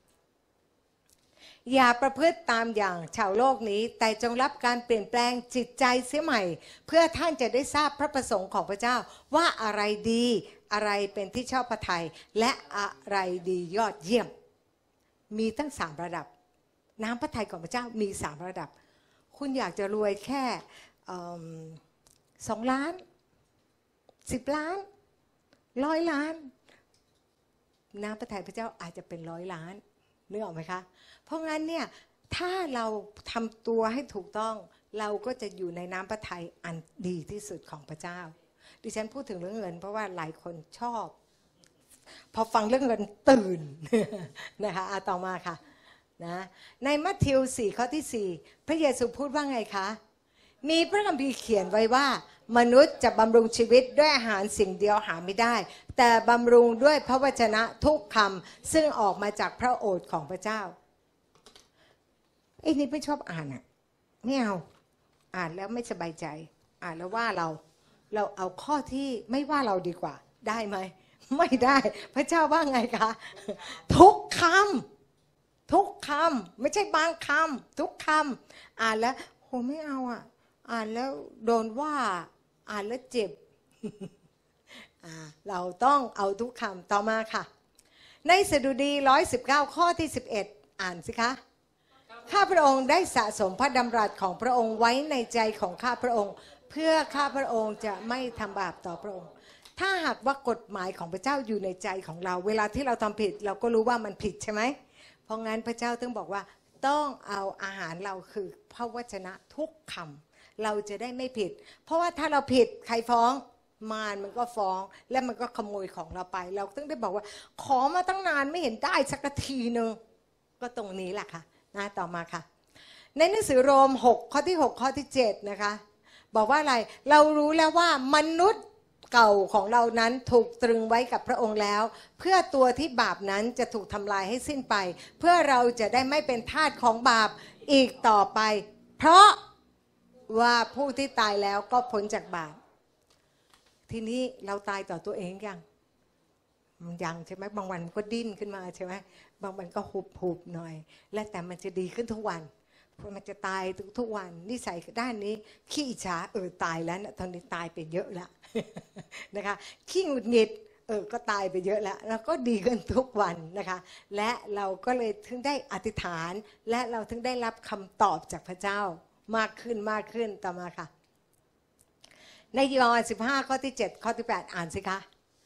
อย่าประพฤติตามอย่างชาวโลกนี้แต่จงรับการเปลี่ยนแปลงจิตใจเสียใหม่เพื่อท่านจะได้ทราบพระประสงค์ของพระเจ้าว่าอะไรดีอะไรเป็นที่ชอบพระทัยและอะไรดียอดเยี่ยมมีตั้งสามระดับน้ำพระทัยของพระเจ้ามีสามระดับคุณอยากจะรวยแค่สองล้านสิบล้านร้อยล้านน้ำพระทัยพระเจ้าอาจจะเป็นร้อยล้านนึกออกไหมคะเพราะงั้นเนี่ยถ้าเราทำตัวให้ถูกต้องเราก็จะอยู่ในน้ำพระทัยอันดีที่สุดของพระเจ้าดิฉันพูดถึงเรื่องเงินเพราะว่าหลายคนชอบพอฟังเรื่องเงินตื่น นะคะอ่ะต่อมาค่ะนะในมัทธิวสี่ข้อที่สี่พระเยซูพูดว่าไงคะมีพระคัมภีร์เขียนไว้ว่ามนุษย์จะบำรุงชีวิตด้วยอาหารสิ่งเดียวหาไม่ได้แต่บำรุงด้วยพระวจนะทุกคำซึ่งออกมาจากพระโอษฐ์ของพระเจ้าไอ้นี่ไม่ชอบอ่านอ่ะไม่เอาอ่านแล้วไม่สบายใจอ่านแล้วว่าเราเราเอาข้อที่ไม่ว่าเราดีกว่าได้ไหมไม่ได้พระเจ้าว่าไงคะทุกคำทุกคำไม่ใช่บางคำทุกคำอ่านแล้วโหไม่เอาอ่ะอ่านแล้วโดนว่าอ่านแล้วเจ็บ เราต้องเอาทุกคำต่อมาค่ะในสดุดีหนึ่งร้อยสิบเก้าข้อที่สิบเอ็ดอ่านสิคะข้าพระองค์ได้สะสมพระดำรัสของพระองค์ไว้ในใจของข้าพระองค์เพื่อข้าพระองค์จะไม่ทำบาปต่อพระองค์ถ้าหากว่ากฎหมายของพระเจ้าอยู่ในใจของเราเวลาที่เราทำผิดเราก็รู้ว่ามันผิดใช่ไหมเพราะงั้นพระเจ้าต้องบอกว่าต้องเอาอาหารเราคือพระวจนะทุกคำเราจะได้ไม่ผิดเพราะว่าถ้าเราผิดใครฟ้องมารมันก็ฟ้องและมันก็ขโมยของเราไปเราต้องได้บอกว่าขอมาตั้งนานไม่เห็นได้สักทีนึงก็ตรงนี้แหละค่ะนะต่อมาค่ะในหนังสือโรมหกข้อที่หกข้อที่เจ็ดนะคะบอกว่าอะไรเรารู้แล้วว่ามนุษย์เก่าของเรานั้นถูกตรึงไว้กับพระองค์แล้วเพื่อตัวที่บาปนั้นจะถูกทำลายให้สิ้นไปเพื่อเราจะได้ไม่เป็นทาสของบาปอีกต่อไปเพราะว่าผู้ที่ตายแล้วก็พ้นจากบาปทีนี้เราตายต่อตัวเองยังยังใช่ไหมบางวันมันก็ดิ้นขึ้นมาใช่ไหมบางวันก็หุบหุบหน่อยและแต่มันจะดีขึ้นทุกวันมันจะตายทุกวันนิสัยด้านนี้ขี้อิจฉาเออตายแล้วนะตอนนี้ตายไปเยอะแล้วนะคะขี้หงุดหงิดเออก็ตายไปเยอะแล้วแล้วก็ดีขึ้นทุกวันนะคะและเราก็เลยถึงได้อธิษฐานและเราถึงได้รับคำตอบจากพระเจ้ามากขึ้นมากขึ้นต่อมาค่ะในยอห์นสิบห้าข้อที่เจ็ดข้อที่แปดอ่านสิคะ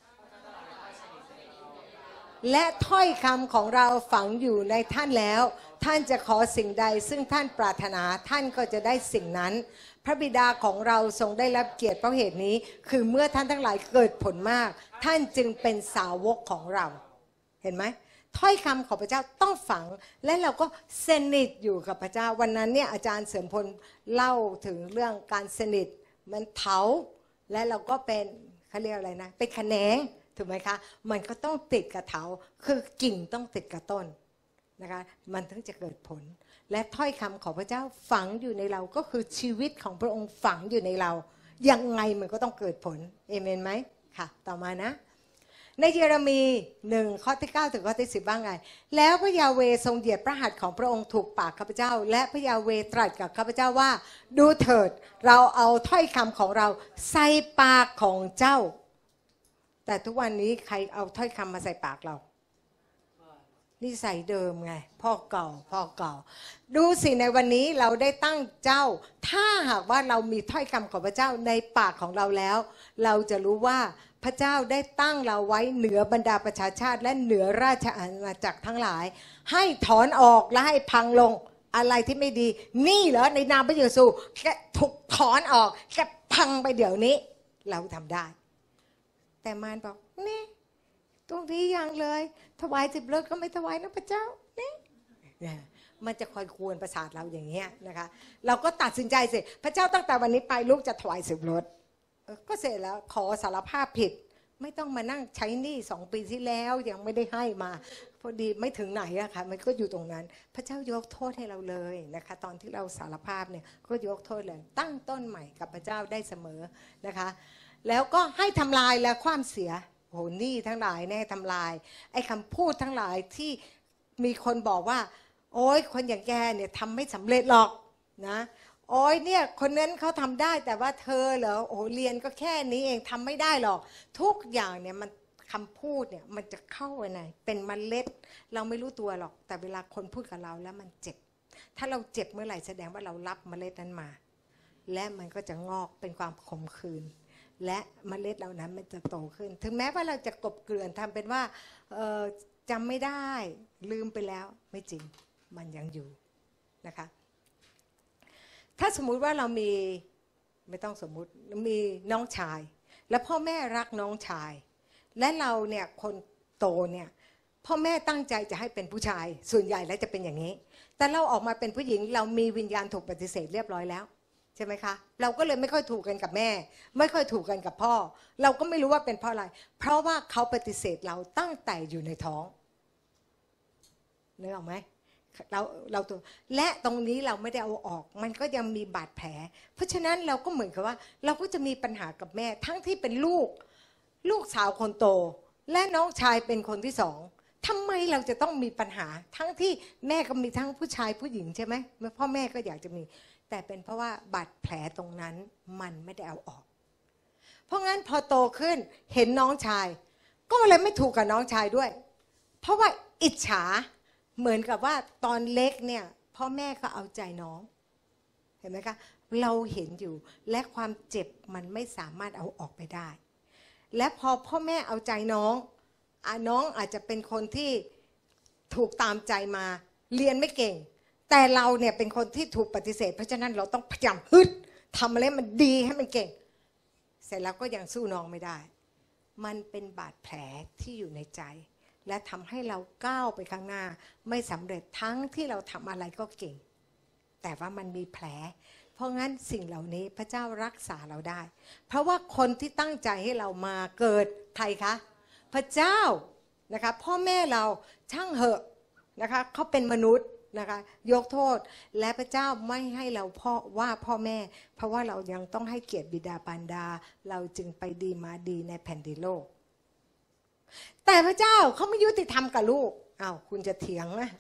และถ้อยคำของเราฝังอยู่ในท่านแล้วท่านจะขอสิ่งใดซึ่งท่านปรารถนาท่านก็จะได้สิ่งนั้นพระบิดาของเราทรงได้รับเกียรติเพราะเหตุนี้คือเมื่อท่านทั้งหลายเกิดผลมากท่านจึงเป็นสาวกของเราเห็นไหมถ้อยคำของพระเจ้าต้องฝังและเราก็สนิทอยู่กับพระเจ้าวันนั้นเนี่ยอาจารย์เสริมพลเล่าถึงเรื่องการสนิทมันเถาและเราก็เป็นเขาเรียกอะไรนะเป็นแขนงถูกไหมคะมันก็ต้องติดกับเถาคือกิ่งต้องติดกับต้นนะคะมันถึงจะเกิดผลและถ้อยคำของพระเจ้าฝังอยู่ในเราก็คือชีวิตของพระองค์ฝังอยู่ในเรายังไงมันก็ต้องเกิดผลเอเมนไหมค่ะต่อมานะในเยเรมีหนึ่งข้อที่เก้าถึงข้อที่สิบบ้างไงแล้วพระยาเวทรงเหยียดพระหัตถ์ของพระองค์ถูกปากข้าพเจ้าและพระยาเวตรัสกับข้าพเจ้าว่าดูเถิดเราเอาถ้อยคำของเราใส่ปากของเจ้าแต่ทุกวันนี้ใครเอาถ้อยคำมาใส่ปากเรานิสัยเดิมไงพ่อเก่าพ่อเก่าดูสิในวันนี้เราได้ตั้งเจ้าถ้าหากว่าเรามีถ้อยคำของพระเจ้าในปากของเราแล้วเราจะรู้ว่าพระเจ้าได้ตั้งเราไว้เหนือบรรดาประชาชาติและเหนือราชอาณาจักรทั้งหลายให้ถอนออกและให้พังลงอะไรที่ไม่ดีนี่เหรอในนามพระเยซูแค่ถูกถอนออกแค่พังไปเดี๋ยวนี้เราทำได้แต่มารบอกนี่ตรงนี้ยังเลยถวายสิบรถก็ไม่ถวายนะพระเจ้านี่มันจะคอยควรประสาทเราอย่างเงี้ยนะคะเราก็ตัดสินใจสิพระเจ้าตั้งแต่วันนี้ไปลูกจะถวายสิบรถก็เสร็จแล้วขอสารภาพผิดไม่ต้องมานั่งใช้หนี้สองปีที่แล้วยังไม่ได้ให้มาพอดีไม่ถึงไหนอะค่ะมันก็อยู่ตรงนั้นพระเจ้ายกโทษให้เราเลยนะคะตอนที่เราสารภาพเนี่ยก็ยกโทษเลยตั้งต้นใหม่กับพระเจ้าได้เสมอนะคะแล้วก็ให้ทำลายและความเสียโหนี่ทั้งหลายแน่ทำลายไอ้คำพูดทั้งหลายที่มีคนบอกว่าโอ๊ยคนอย่างแกเนี่ยทำไม่สำเร็จหรอกนะโอ๊ยเนี่ยคนนั้นเขาทำได้แต่ว่าเธอเหรอโอ้เรียนก็แค่นี้เองทำไม่ได้หรอกทุกอย่างเนี่ยมันคำพูดเนี่ยมันจะเข้าไปในเป็นเมล็ดเราไม่รู้ตัวหรอกแต่เวลาคนพูดกับเราแล้วมันเจ็บถ้าเราเจ็บเมื่อไหร่แสดงว่าเรารับเมล็ดนั้นมาและมันก็จะงอกเป็นความขมขื่นและเมล็ดเหล่านั้นมันจะโตขึ้นถึงแม้ว่าเราจะกบเกลื่อนทำเป็นว่าจำไม่ได้ลืมไปแล้วไม่จริงมันยังอยู่นะคะถ้าสมมุติว่าเรามีไม่ต้องสมมุติมีน้องชายและพ่อแม่รักน้องชายและเราเนี่ยคนโตเนี่ยพ่อแม่ตั้งใจจะให้เป็นผู้ชายส่วนใหญ่แล้วจะเป็นอย่างนี้แต่เราออกมาเป็นผู้หญิงเรามีวิญญาณถูกปฏิเสธเรียบร้อยแล้วใช่ไหมคะเราก็เลยไม่ค่อยถูกกันกับแม่ไม่ค่อยถูกกันกับพ่อเราก็ไม่รู้ว่าเป็นเพราะอะไรเพราะว่าเขาปฏิเสธเราตั้งแต่อยู่ในท้องนึกออกไหมเราเราตัวและตรงนี้เราไม่ได้เอาออกมันก็ยังมีบาดแผลเพราะฉะนั้นเราก็เหมือนกับว่าเราก็จะมีปัญหากับแม่ทั้งที่เป็นลูกลูกสาวคนโตและน้องชายเป็นคนที่สองทำไมเราจะต้องมีปัญหาทั้งที่แม่ก็มีทั้งผู้ชายผู้หญิงใช่ไหมพ่อแม่ก็อยากจะมีแต่เป็นเพราะว่าบาดแผลตรงนั้นมันไม่ได้เอาออกเพราะงั้นพอโตขึ้นเห็นน้องชายก็เลยไม่ถูกกับน้องชายด้วยเพราะว่าอิจฉาเหมือนกับว่าตอนเล็กเนี่ยพ่อแม่ก็เอาใจน้องเห็นไหมคะเราเห็นอยู่และความเจ็บมันไม่สามารถเอาออกไปได้และพอพ่อแม่เอาใจน้องอ่ะน้องอาจจะเป็นคนที่ถูกตามใจมาเรียนไม่เก่งแต่เราเนี่ยเป็นคนที่ถูกปฏิเสธเพราะฉะนั้นเราต้องพยายามฮึดทำอะไรมันดีให้มันเก่งเสร็จแล้วก็ยังสู้น้องไม่ได้มันเป็นบาดแผลที่อยู่ในใจและทำให้เราก้าวไปข้างหน้าไม่สำเร็จทั้งที่เราทำอะไรก็เก่งแต่ว่ามันมีแผลเพราะงั้นสิ่งเหล่านี้พระเจ้ารักษาเราได้เพราะว่าคนที่ตั้งใจให้เรามาเกิดใครคะพระเจ้านะคะพ่อแม่เราช่างเหอะนะคะเขาเป็นมนุษย์นะคะยกโทษและพระเจ้าไม่ให้เราพ่อว่าพ่อแม่เพราะว่าเรายังต้องให้เกียรติบิดามารดาเราจึงไปดีมาดีในแผ่นดินโลกแต่พระเจ้าเขาไม่ยุติธรรมกับลูกอ้าวคุณจะเถียงนะ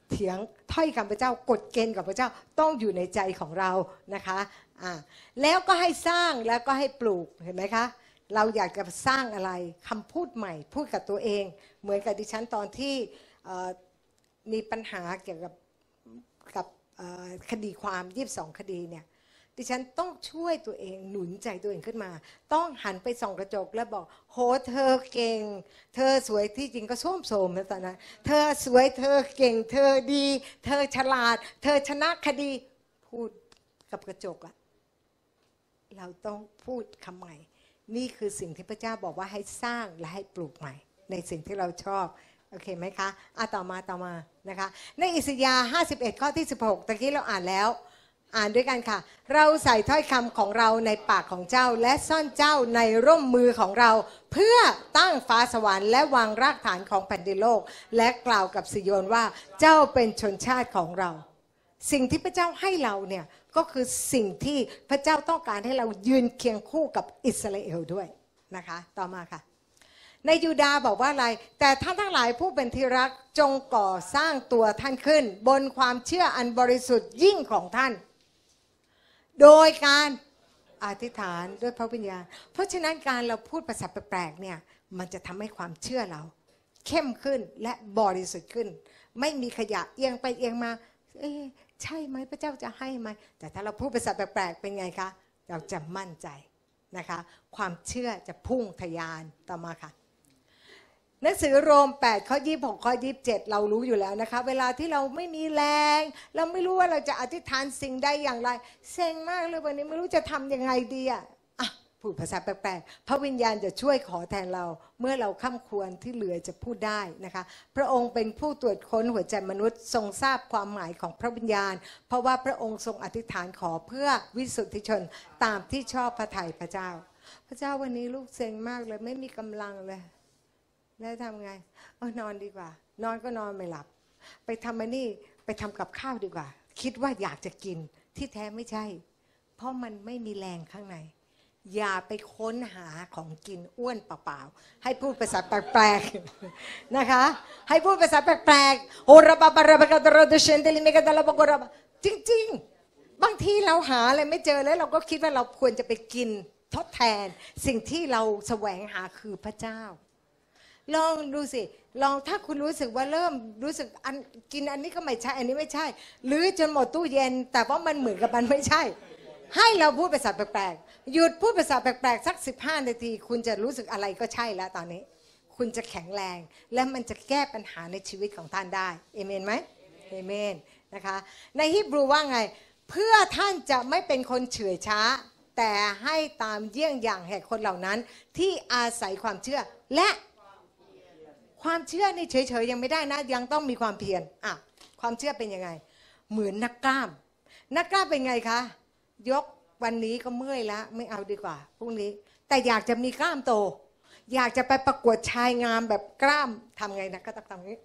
เถียงถ้อยคำพระเจ้ากฎเกณฑ์ของพระเจ้าต้องอยู่ในใจของเรานะคะอ่าแล้วก็ให้สร้างแล้วก็ให้ปลูกเห็นไหมคะเราอยากจะสร้างอะไรคำพูดใหม่พูดกับตัวเองเหมือนกับดิฉันตอนที่มีปัญหาเกี่ยวกับกับคดีความยี่สิบสองคดีเนี่ยดิฉันต้องช่วยตัวเองหนุนใจตัวเองขึ้นมาต้องหันไปส่องกระจกแล้วบอกโหเธอเก่งเธอสวยที่จริงก็ส้มโสมนะตอนนั้นเธอสวยเธอเก่งเธอดีเธอฉลาดเธอชนะคดีพูดกับกระจกอะเราต้องพูดคำใหม่นี่คือสิ่งที่พระเจ้าบอกว่าให้สร้างและให้ปลูกใหม่ในสิ่งที่เราชอบโอเคไหมคะอ่ะต่อมาต่อมานะคะในอิสยาห์ห้าสิบเอ็ดข้อที่สิบหกตะกี้เราอ่านแล้วอ่านด้วยกันค่ะเราใส่ถ้อยคำของเราในปากของเจ้าและซ่อนเจ้าในร่มมือของเราเพื่อตั้งฟ้าสวรรค์และวางรากฐานของแผ่นดินโลกและกล่าวกับซิโยนว่าเจ้าเป็นชนชาติของเราสิ่งที่พระเจ้าให้เราเนี่ยก็คือสิ่งที่พระเจ้าต้องการให้เรายืนเคียงคู่กับอิสราเอลด้วยนะคะต่อมาค่ะในยูดาห์บอกว่าอะไรแต่ท่านทั้งหลายผู้เป็นที่รักจงก่อสร้างตัวท่านขึ้นบนความเชื่ออันบริสุทธิ์ยิ่งของท่านโดยการอธิษฐานด้วยพระวิญญาณเพราะฉะนั้นการเราพูดภาษาแปลกๆเนี่ยมันจะทำให้ความเชื่อเราเข้มขึ้นและบริสุทธิ์ขึ้นไม่มีขยะเอียงไปเอียงมาเอ๊ะใช่ไหมพระเจ้าจะให้ไหมแต่ถ้าเราพูดภาษาแปลกๆเป็นไงคะเราจะมั่นใจนะคะความเชื่อจะพุ่งทะยานต่อมาค่ะหนังสือโรมแปดข้อยี่สิบหกข้อยี่สิบเจ็ดเรารู้อยู่แล้วนะคะเวลาที่เราไม่มีแรงเราไม่รู้ว่าเราจะอธิษฐานสิ่งใดอย่างไรเซ็งมากเลยวันนี้ไม่รู้จะทำยังไงดีอ่ะพูดภาษาแปลกๆพระวิญญาณจะช่วยขอแทนเราเมื่อเราค่ำควรที่เหลือจะพูดได้นะคะพระองค์เป็นผู้ตรวจค้นหัวใจมนุษย์ทรงทราบความหมายของพระวิญญาณเพราะว่าพระองค์ทรงอธิษฐานขอเพื่อวิสุทธิชนตามที่ชอบพระทัยพระเจ้าพระเจ้าวันนี้ลูกเซ็งมากเลยไม่มีกำลังเลยแล้วทำไงเออนอนดีกว่านอนก็นอนไม่หลับไปทำอันนี้ไปทำกับข้าวดีกว่าคิดว่าอยากจะกินที่แท้ไม่ใช่เพราะมันไม่มีแรงข้างในอย่าไปค้นหาของกินอ้วนเปล่าๆให้พูดภาษาแปลกๆนะคะให้พูดภาษาแปลกๆโอระบาบาระบากาตระดเชนเดลิเมกาตะลาบกระบจริงๆบางทีเราหาอะไรไม่เจอแล้วเราก็คิดว่าเราควรจะไปกินทดแทนสิ่งที่เราแสวงหาคือพระเจ้าลองดูสิลองถ้าคุณรู้สึกว่าเริ่มรู้สึกอันกินอันนี้ก็ไม่ใช่อันนี้ไม่ใช่หรือจนหมดตู้เย็นแต่ว่ามันเหมือนกับมันไม่ใช่ให้เราพูดภาษาแปลกๆหยุดพูดภาษาแปลกๆสักสิบห้านาทีคุณจะรู้สึกอะไรก็ใช่แล้วตอนนี้คุณจะแข็งแรงและมันจะแก้ปัญหาในชีวิตของท่านได้เอเมนไหมเอเมนนะคะในฮีบรูว่าไงเพื่อท่านจะไม่เป็นคนเฉื่อยช้าแต่ให้ตามเยี่ยงอย่างแห่งคนเหล่านั้นที่อาศัยความเชื่อและความเชื่อนี่เฉยๆยังไม่ได้นะยังต้องมีความเพียรอ่ะความเชื่อเป็นยังไงเหมือนนักกล้ามนักกล้ามเป็นไงคะยกวันนี้ก็เมื่อยแล้วไม่เอาดีกว่าพรุ่งนี้แต่อยากจะมีกล้ามโตอยากจะไปประกวดชายงามแบบกล้ามทำไงนะก็ต้องทำงี้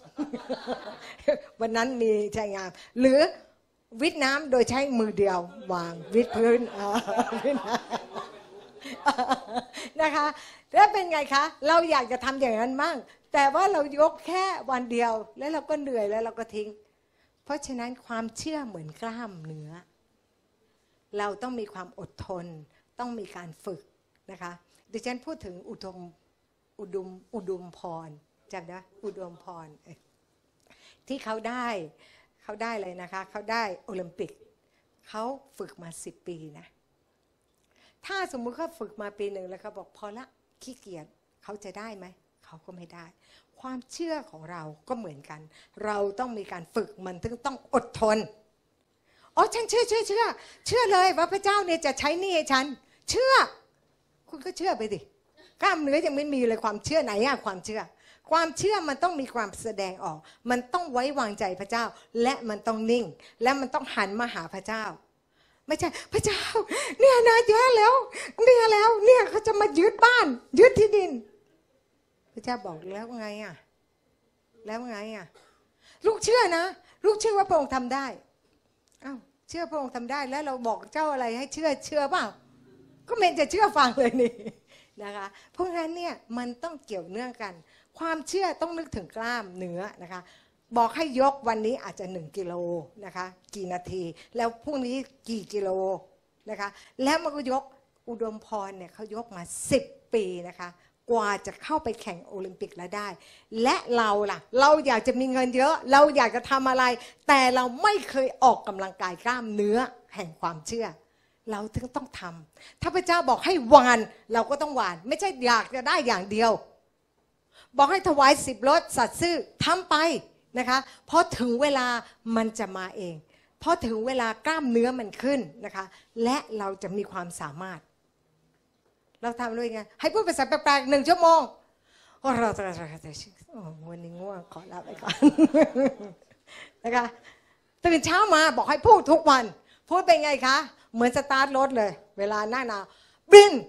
วันนั้นมีชายงามหรือวิทน้ำโดยใช้มือเดียววางวิทพื้นนะคะแล้วเป็นไงคะเราอยากจะทำอย่างนั้นมั่งแต่ว่าเรายกแค่วันเดียวแล้วเราก็เหนื่อยแล้วเราก็ทิ้งเพราะฉะนั้นความเชื่อเหมือนกล้ามเนื้อเราต้องมีความอดทนต้องมีการฝึกนะคะดิฉันพูดถึงอุดมอุดมอุดมพรจำได้อุดมพรที่เขาได้เขาได้เลยนะคะเขาได้โอลิมปิกเขาฝึกมาสิบปีนะถ้าสมมุติเขาฝึกมาปีหนึ่งแล้วเขาบอกพอละขี้เกียจเขาจะได้ไหมเขาก็ไม่ได้ความเชื่อของเราก็เหมือนกันเราต้องมีการฝึกมันถึงต้องอดทนอ๋อฉันเชื่อเชื่อเชื่อเชื่อเลยว่าพระเจ้าเนี่ยจะใช้หนี้ให้ฉันเชื่อคุณก็เชื่อไปดิกล้ามเนื้อยังไม่มีเลยความเชื่อไหนอะความเชื่อความเชื่อมันต้องมีความแสดงออกมันต้องไว้วางใจพระเจ้าและมันต้องนิ่งและมันต้องหันมาหาพระเจ้าไม่ใช่พระเจ้าเนี่ยนะแย่แล้วเนี่ยแล้วเนี่ยเขาจะมายึดบ้านยึดที่ดินพระเจ้าบอกแล้วไงอะแล้วไงอะลูกเชื่อนะลูกเชื่อว่าพระองค์ทำได้อ้าวเชื่อพระองค์ทำได้แล้วเราบอกเจ้าอะไรให้เชื่อเชื่อเปล่าก็เมนจะเชื่อฟังเลยนี่นะคะเพราะงั้นเนี่ยมันต้องเกี่ยวเนื่องกันความเชื่อต้องนึกถึงกล้ามเนื้อนะคะบอกให้ยกวันนี้อาจจะหนึ่งกิโลนะคะกี่นาทีแล้วพรุ่งนี้กี่กิโลนะคะแล้วมันก็ยกอุดมพรเนี่ยเขายกมาสิบปีนะคะกว่าจะเข้าไปแข่งโอลิมปิกแล้วได้และเราล่ะเราอยากจะมีเงินเยอะเราอยากจะทำอะไรแต่เราไม่เคยออกกำลังกายกล้ามเนื้อแห่งความเชื่อเราถึงต้องทำถ้าพระเจ้าบอกให้หวานเราก็ต้องหวานไม่ใช่อยากจะได้อย่างเดียวบอกให้ถวายสิบรถสัตย์ซื่อทำไปนะคะเพราะถึงเวลามันจะมาเองเพราะถึงเวลากล้ามเนื้อมันขึ้นนะคะและเราจะมีความสามารถเราทำด้วยไงให้พูดภาษาแปลกๆหนึ่งชั่วโมงเราจะวันนี้ง่วงขอลาไปก่อนนะคะตื่นเช้ามาบอกให้พูดทุกวันพูดเป็นไงคะเหมือนสตาร์ทรถเลยเวลาหน้าหนาวบิน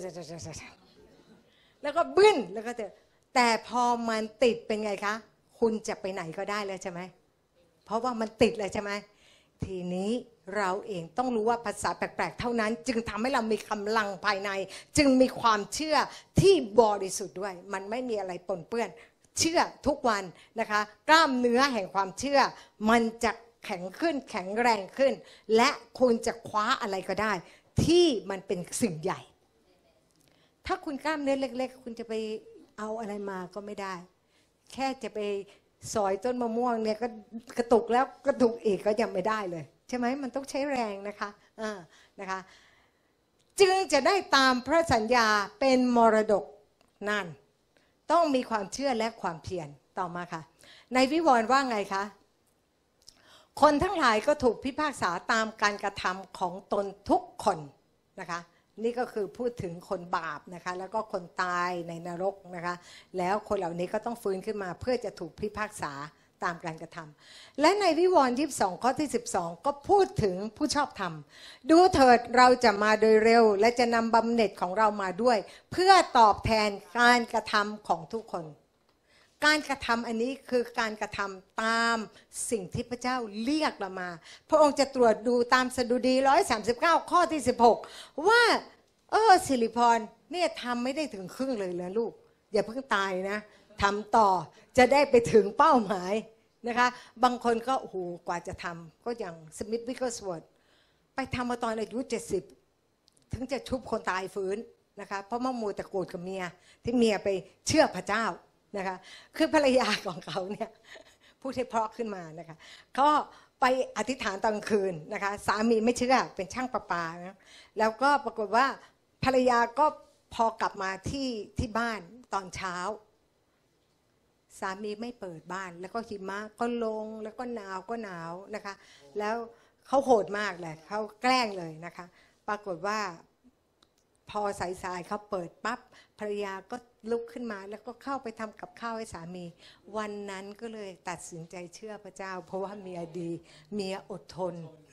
แล้วก็บินแล้วก็แต่พอมันติดเป็นไงคะคุณจะไปไหนก็ได้เลยใช่ไหมเพราะว่ามันติดเลยใช่ไหมทีนี้เราเองต้องรู้ว่าภาษาแปลกๆเท่านั้นจึงทำให้เรามีกำลังภายในจึงมีความเชื่อที่บริสุทธิ์ด้วยมันไม่มีอะไรปนเปื้อนเชื่อทุกวันนะคะกล้ามเนื้อแห่งความเชื่อมันจะแข็งขึ้นแข็งแรงขึ้นและคุณจะคว้าอะไรก็ได้ที่มันเป็นสิ่งใหญ่ถ้าคุณกล้ามเนื้อเล็กๆคุณจะไปเอาอะไรมาก็ไม่ได้แค่จะไปสอยต้นมะม่วงเนี่ยก็กระตุกแล้วกระตุกอีกก็ยังไม่ได้เลยใช่ไหมมันต้องใช้แรงนะคะอ่านะคะจึงจะได้ตามพระสัญญาเป็นมรดกนั่นต้องมีความเชื่อและความเพียรต่อมาค่ะในวิวรณ์ว่าไงคะคนทั้งหลายก็ถูกพิพากษาตามการกระทำของตนทุกคนนะคะนี่ก็คือพูดถึงคนบาปนะคะแล้วก็คนตายในนรกนะคะแล้วคนเหล่านี้ก็ต้องฟื้นขึ้นมาเพื่อจะถูกพิพากษาตามการกระทำและในวิวรณ์ยี่สิบสองข้อที่สิบสองก็พูดถึงผู้ชอบธรรมดูเถิดเราจะมาโดยเร็วและจะนำบำเหน็จของเรามาด้วยเพื่อตอบแทนการกระทำของทุกคนการกระทำอันนี้คือการกระทำตามสิ่งที่พระเจ้าเรียกเรามาพระองค์จะตรวจดูตามสดุดีหนึ่งร้อยสามสิบเก้าข้อที่สิบหกว่าเออสิริพรเนี่ยทำไม่ได้ถึงครึ่งเลยนะลูกอย่าเพิ่งตายนะทำต่อจะได้ไปถึงเป้าหมายนะคะบางคนก็โอ้โหกว่าจะทำก็อย่างสมิธวิกเกอร์สวอร์ดไปทำมาตอนอายุเจ็ดสิบถึงจะชุบคนตายฟื้นนะคะเพราะมั่วมัวแต่โกรธกับเมียที่เมียไปเชื่อพระเจ้านะคะคือภรรยาของเขาเนี่ยพูดให้เพราะขึ้นมานะคะก็ไปอธิษฐานตอนคืนนะคะสามีไม่เชื่อเป็นช่างประปานะแล้วก็ปรากฏว่าภรรยาก็พอกลับมาที่ที่บ้านตอนเช้าสามีไม่เปิดบ้านแล้วก็หิมะก็ลงแล้วก็หนาวก็หนาวนะคะแล้วเขาโหดมากเลยเขาแกล้งเลยนะคะปรากฏว่าพอสายๆเขาเปิดปั๊บภรรยาก็ลุกขึ้นมาแล้วก็เข้าไปทำกับข้าวให้สามีวันนั้นก็เลยตัดสินใจเชื่อพระเจ้าเพราะว่าเมียดีเมียอดทน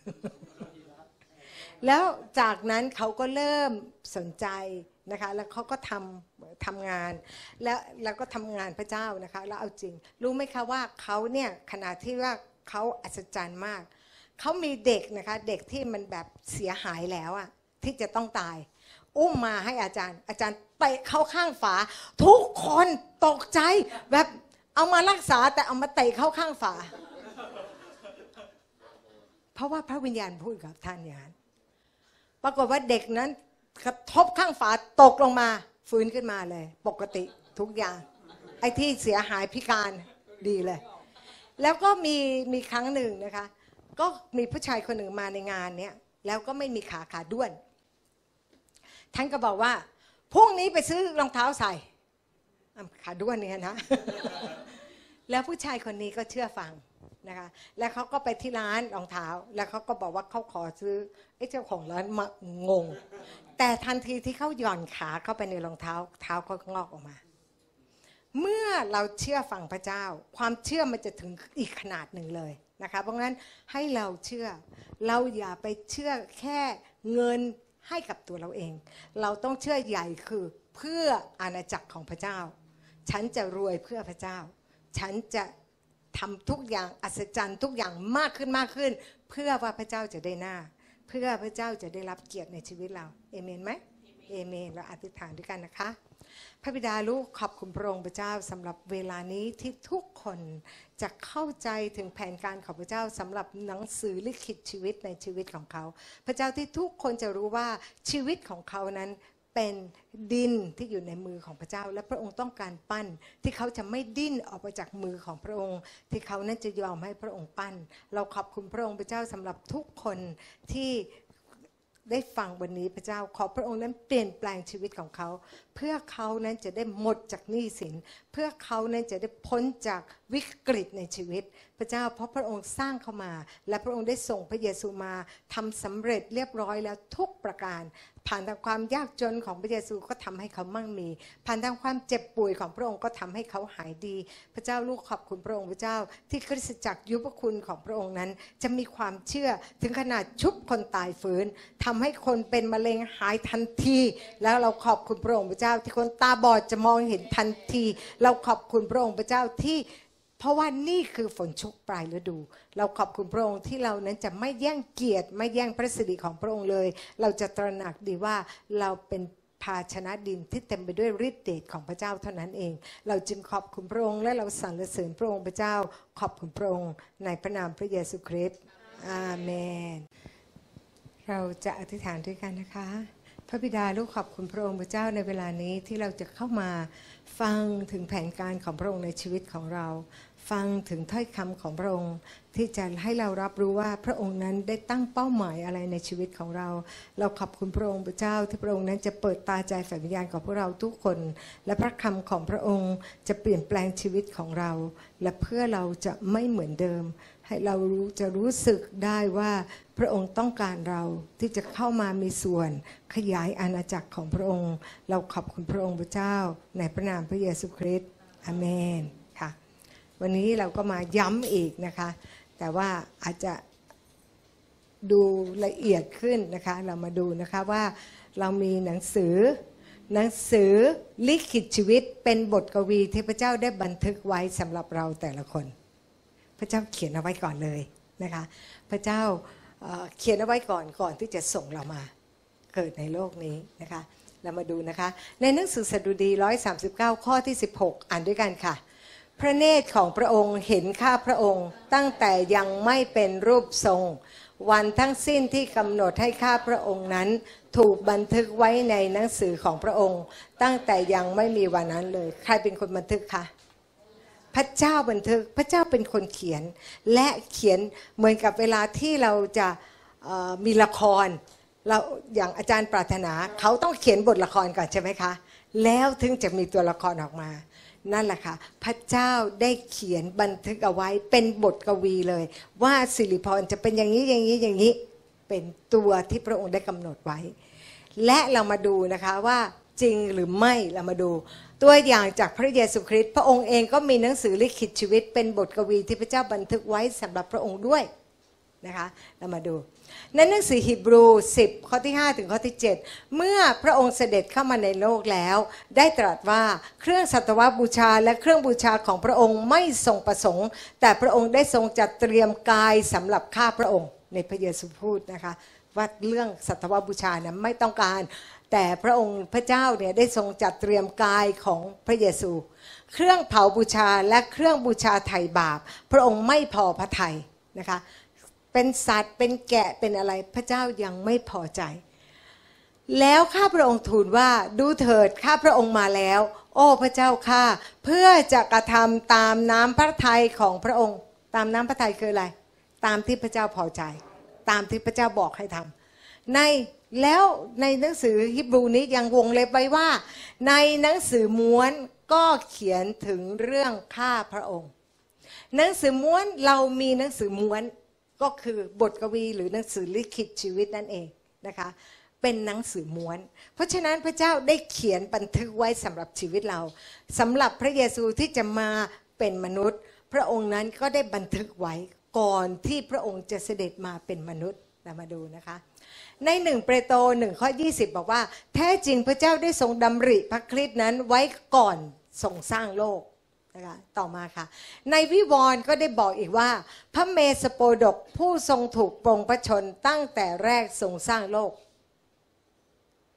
แล้วจากนั้นเขาก็เริ่มสนใจนะคะแล้วเขาก็ทำทำงานแล้วแล้วก็ทำงานพระเจ้านะคะแล้วเอาจริงรู้ไหมคะว่าเขาเนี่ยขณะที่ว่าเขาอัศจรรย์มากเขามีเด็กนะคะเด็กที่มันแบบเสียหายแล้วอะที่จะต้องตายอุ้มมาให้อาจารย์อาจารย์เตะเข้าข้างฝาทุกคนตกใจแบบเอามารักษาแต่เอามาเตะเข้าข้างฝาเพราะว่าพระวิญญาณพูดกับท่านอย่างนั้นปรากฏว่าเด็กนั้นกระทบข้างฝาตกลงมาฟื้นขึ้นมาเลยปกติทุกอย่างไอ้ที่เสียหายพิการดีเลยแล้วก็มีมีครั้งหนึ่งนะคะก็มีผู้ชายคนหนึ่งมาในงานเนี้ยแล้วก็ไม่มีขาขาด้วนท่านก็บอกว่าพรุ่งนี้ไปซื้อรองเท้าใส่ขาด้วนเนี่ยนะ แล้วผู้ชายคนนี้ก็เชื่อฟังนะคะแล้วเขาก็ไปที่ร้านรองเท้าแล้วเขาก็บอกว่าเขาขอซื้อไอ้เจ้าของร้านมางงแต่ทันทีที่เขาหย่อนขาเข้าไปในรองเท้าเท้าเขางอกออกมาเมื่อเราเชื่อฟังพระเจ้าความเชื่อมันจะถึงอีกขนาดหนึ่งเลยนะคะเพราะงั้นให้เราเชื่อเราอย่าไปเชื่อแค่เงินให้กับตัวเราเองเราต้องเชื่อใหญ่คือเพื่ออาณาจักรของพระเจ้าฉันจะรวยเพื่อพระเจ้าฉันจะทำทุกอย่างอัศจรรย์ทุกอย่างมากขึ้นมากขึ้นเพื่อว่าพระเจ้าจะได้หน้าเพื่อพระเจ้าจะได้รับเกียรติในชีวิตเราเอเมนไหมเอเมนเราอธิษฐานด้วยกันนะคะพระบิดาลูกขอบคุณพระองค์พระเจ้าสำหรับเวลานี้ที่ทุกคนจะเข้าใจถึงแผนการของพระเจ้าสำหรับหนังสือลิขิตชีวิตในชีวิตของเขาพระเจ้าที่ทุกคนจะรู้ว่าชีวิตของเขานั้นเป็นดินที่อยู่ในมือของพระเจ้าและพระองค์ต้องการปั้นที่เขาจะไม่ดิ้นออกไปจากมือของพระองค์ที่เขานั้นจะยอมให้พระองค์ปั้นเราขอบคุณพระองค์พระเจ้าสำหรับทุกคนที่ได้ฟังวันนี้พระเจ้าขอพระองค์นั้นเปลี่ยนแปลงชีวิตของเขาเพื่อเขานั้นจะได้หมดจากหนี้สินเพื่อเขานั้นจะได้พ้นจากวิกฤตในชีวิตพระเจ้าเพราะพระองค์สร้างเขามาและพระองค์ได้ส่งพระเยซูมาทำสำเร็จเรียบร้อยแล้วทุกประการผ่านทางความยากจนของพระเยซูก็ทำให้เขามั่งมีผ่านทางความเจ็บป่วยของพระองค์ก็ทำให้เขาหายดีพระเจ้าลูกขอบคุณพระองค์พระเจ้าที่คริสตจักรยุพคุณของพระองค์นั้นจะมีความเชื่อถึงขนาดชุบคนตายฟื้นทำให้คนเป็นมะเร็งหายทันทีแล้วเราขอบคุณพระองค์พระเจ้าที่คนตาบอดจะมองเห็นทันทีเราขอบคุณพระองค์พระเจ้าที่เพราะว่านี่คือฝนชุกปลายฤดูเราขอบคุณพระองค์ที่เรานั้นจะไม่แย่งเกียรติไม่แย่งพระสิริของพระองค์เลยเราจะตระหนักดีว่าเราเป็นภาชนะดินที่เต็มไปด้วยฤทธิ์เดชของพระเจ้าเท่านั้นเองเราจึงขอบคุณพระองค์และเราสรรเสริญพระองค์พระเจ้าขอบคุณพระองค์ในพระนามพระเยซูคริสต์อาเมนเราจะอธิษฐานด้วยกันนะคะพระบิดาลูกขอบคุณพระองค์พระเจ้าในเวลานี้ที่เราจะเข้ามาฟังถึงแผนการของพระองค์ในชีวิตของเราฟังถึงถ้อยคำของพระองค์ที่จะให้เรารับรู้ว่าพระองค์นั้นได้ตั้งเป้าหมายอะไรในชีวิตของเราเราขอบคุณพระองค์พระเจ้าที่พระองค์นั้นจะเปิดตาใจฝ่ายวิญญาณของพวกเราทุกคนและพระคำของพระองค์จะเปลี่ยนแปลงชีวิตของเราและเพื่อเราจะไม่เหมือนเดิมให้เรารู้จะรู้สึกได้ว่าพระองค์ต้องการเราที่จะเข้ามามีส่วนขยายอาณาจักรของพระองค์เราขอบคุณพระองค์พระเจ้าในพระนามพระเยซูคริสต์อาเมนค่ะวันนี้เราก็มาย้ำอีกนะคะแต่ว่าอาจจะดูละเอียดขึ้นนะคะเรามาดูนะคะว่าเรามีหนังสือหนังสือลิขิตชีวิตเป็นบทกวีที่พระเจ้าได้บันทึกไว้สำหรับเราแต่ละคนพระเจ้าเขียนเอาไว้ก่อนเลยนะคะพระเจ้าเขียนเอาไว้ก่อนก่อนที่จะส่งเรามาเกิดในโลกนี้นะคะเรามาดูนะคะในหนังสือสดุดีหนึ่งร้อยสามสิบเก้าข้อที่สิบหกอ่านด้วยกันค่ะพระเนตรของพระองค์เห็นข้าพระองค์ตั้งแต่ยังไม่เป็นรูปทรงวันทั้งสิ้นที่กำหนดให้ข้าพระองค์นั้นถูกบันทึกไว้ในหนังสือของพระองค์ตั้งแต่ยังไม่มีวันนั้นเลยใครเป็นคนบันทึกคะพระเจ้าบันทึกพระเจ้าเป็นคนเขียนและเขียนเหมือนกับเวลาที่เราจะมีละครเราอย่างอาจารย์ปรารถนาเขาต้องเขียนบทละครก่อนใช่ไหมคะแล้วถึงจะมีตัวละครออกมานั่นแหละค่ะพระเจ้าได้เขียนบันทึกเอาไว้เป็นบทกวีเลยว่าสิริพรจะเป็นอย่างนี้อย่างนี้อย่างนี้เป็นตัวที่พระองค์ได้กำหนดไว้และเรามาดูนะคะว่าจริงหรือไม่เรามาดูตัวอย่างจากพระเยซูคริสต์พระองค์เองก็มีหนังสือลิขิตชีวิตเป็นบทกวีที่พระเจ้าบันทึกไว้สำหรับพระองค์ด้วยนะคะเรามาดูในหนังสือฮีบรูสิบข้อที่ห้าถึงข้อที่เจ็ดเมื่อพระองค์เสด็จเข้ามาในโลกแล้วได้ตรัสว่าเครื่องสัตวบูชาและเครื่องบูชาของพระองค์ไม่ทรงประสงค์แต่พระองค์ได้ทรงจัดเตรียมกายสำหรับข้าพระองค์ในพระเยซูพูดนะคะว่าเรื่องสัตวบูชาเนี่ยไม่ต้องการแต่พระองค์พระเจ้าเนี่ยได้ทรงจัดเตรียมกายของพระเยซูเครื่องเผาบูชาและเครื่องบูชาไถ่บาปพระองค์ไม่พอพระทัยนะคะเป็นสัตว์เป็นแกะเป็นอะไรพระเจ้ายังไม่พอใจแล้วข้าพระองค์ทูลว่าดูเถิดข้าพระองค์มาแล้วโอ้พระเจ้าข้าเพื่อจะกระทำตามน้ำพระทัยของพระองค์ตามน้ำพระทัยคืออะไรตามที่พระเจ้าพอใจตามที่พระเจ้าบอกให้ทำในแล้วในหนังสือฮีบรูนี้ยังวงเล็บไว้ว่าในหนังสือม้วนก็เขียนถึงเรื่องข้าพระองค์หนังสือม้วนเรามีหนังสือม้วนก็คือบทกวีหรือหนังสือลิขิตชีวิตนั่นเองนะคะเป็นหนังสือม้วนเพราะฉะนั้นพระเจ้าได้เขียนบันทึกไว้สำหรับชีวิตเราสำหรับพระเยซูที่จะมาเป็นมนุษย์พระองค์นั้นก็ได้บันทึกไว้ก่อนที่พระองค์จะเสด็จมาเป็นมนุษย์เรามาดูนะคะในหนึ่งเปโตรหนึ่งข้อยี่สิบบอกว่าแท้จริงพระเจ้าได้ทรงดำริพระคริสต์นั้นไว้ก่อนทรงสร้างโลกนะคะต่อมาค่ะในวิวรณ์ก็ได้บอกอีกว่าพระเมสโปดกผู้ทรงถูกปรงพระชนตั้งแต่แรกทรงสร้างโลก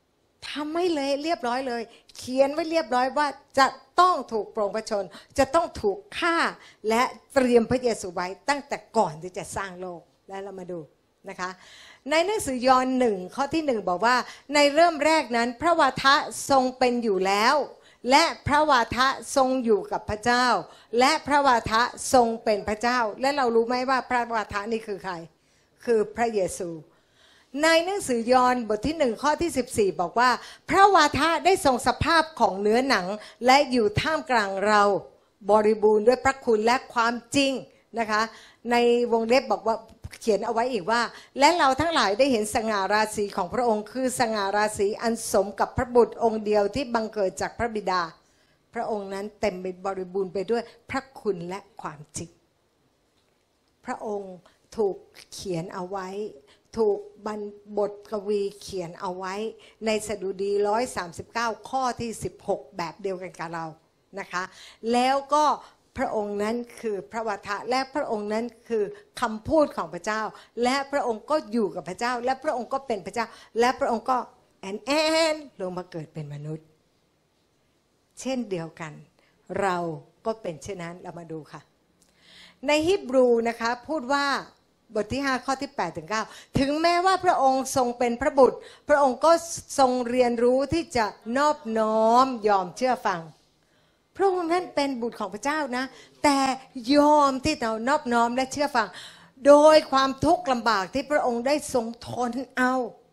ทำให้เลยเรียบร้อยเลยเขียนไว้เรียบร้อยว่าจะต้องถูกโปรงพระชนจะต้องถูกฆ่าและเตรียมพระเยซูไว้ตั้งแต่ก่อนที่จะสร้างโลกแล้วเรามาดูนะคะในหนังสือยอห์นหนึ่งข้อที่หนึ่งบอกว่าในเริ่มแรกนั้นพระวาทะทรงเป็นอยู่แล้วและพระวาทะทรงอยู่กับพระเจ้าและพระวาทะทรงเป็นพระเจ้าและเรารู้ไหมว่าพระวาทะนี่คือใครคือพระเยซูในหนังสือยอห์นบทที่หนึ่งข้อที่สิบสี่บอกว่าพระวาทะได้ทรงสภาพของเนื้อหนังและอยู่ท่ามกลางเราบริบูรณ์ด้วยพระคุณและความจริงนะคะในวงเล็บบอกว่าเขียนเอาไว้อีกว่าและเราทั้งหลายได้เห็นสง่าราศีของพระองค์คือสง่าราศีอันสมกับพระบุตรองค์เดียวที่บังเกิดจากพระบิดาพระองค์นั้นเต็มไปบริบูรณ์ไปด้วยพระคุณและความจริงพระองค์ถูกเขียนเอาไว้ถูกบทกวีเขียนเอาไว้ในสดุดีหนึ่งร้อยสามสิบเก้าข้อที่สิบหกแบบเดียวกันกับเรานะคะแล้วก็พระองค์นั้นคือพระวาทะและพระองค์นั้นคือคำพูดของพระเจ้าและพระองค์ก็อยู่กับพระเจ้าและพระองค์ก็เป็นพระเจ้าและพระองค์ก็แอนแอนลงมาเกิดเป็นมนุษย์เช่นเดียวกันเราก็เป็นเช่นนั้นเรามาดูค่ะในฮีบรูนะคะพูดว่าบทที่ห้าข้อที่แปดถึงเก้าถึงแม้ว่าพระองค์ทรงเป็นพระบุตรพระองค์ก็ทรงเรียนรู้ที่จะนอบน้อมยอมเชื่อฟังพระองค์นั้นเป็นบุตรของพระเจ้านะแต่ยอมที่เรานอบน้อมและเชื่อฟังโดยความทุกข์ลำบากที่พระองค์ได้ทรงทนเอา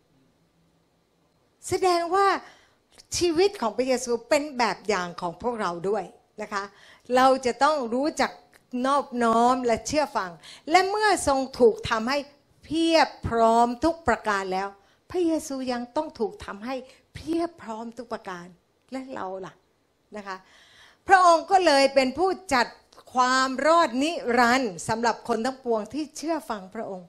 แสดงว่าชีวิตของพระเยซูเป็นแบบอย่างของพวกเราด้วยนะคะเราจะต้องรู้จักนอบน้อมและเชื่อฟังและเมื่อทรงถูกทำให้เพียบพร้อมทุกประการแล้วพระเยซูยังต้องถูกทำให้เพียบพร้อมทุกประการและเราล่ะนะคะพระองค์ก็เลยเป็นผู้จัดความรอดนิรันดร์สำหรับคนทั้งปวงที่เชื่อฟังพระองค์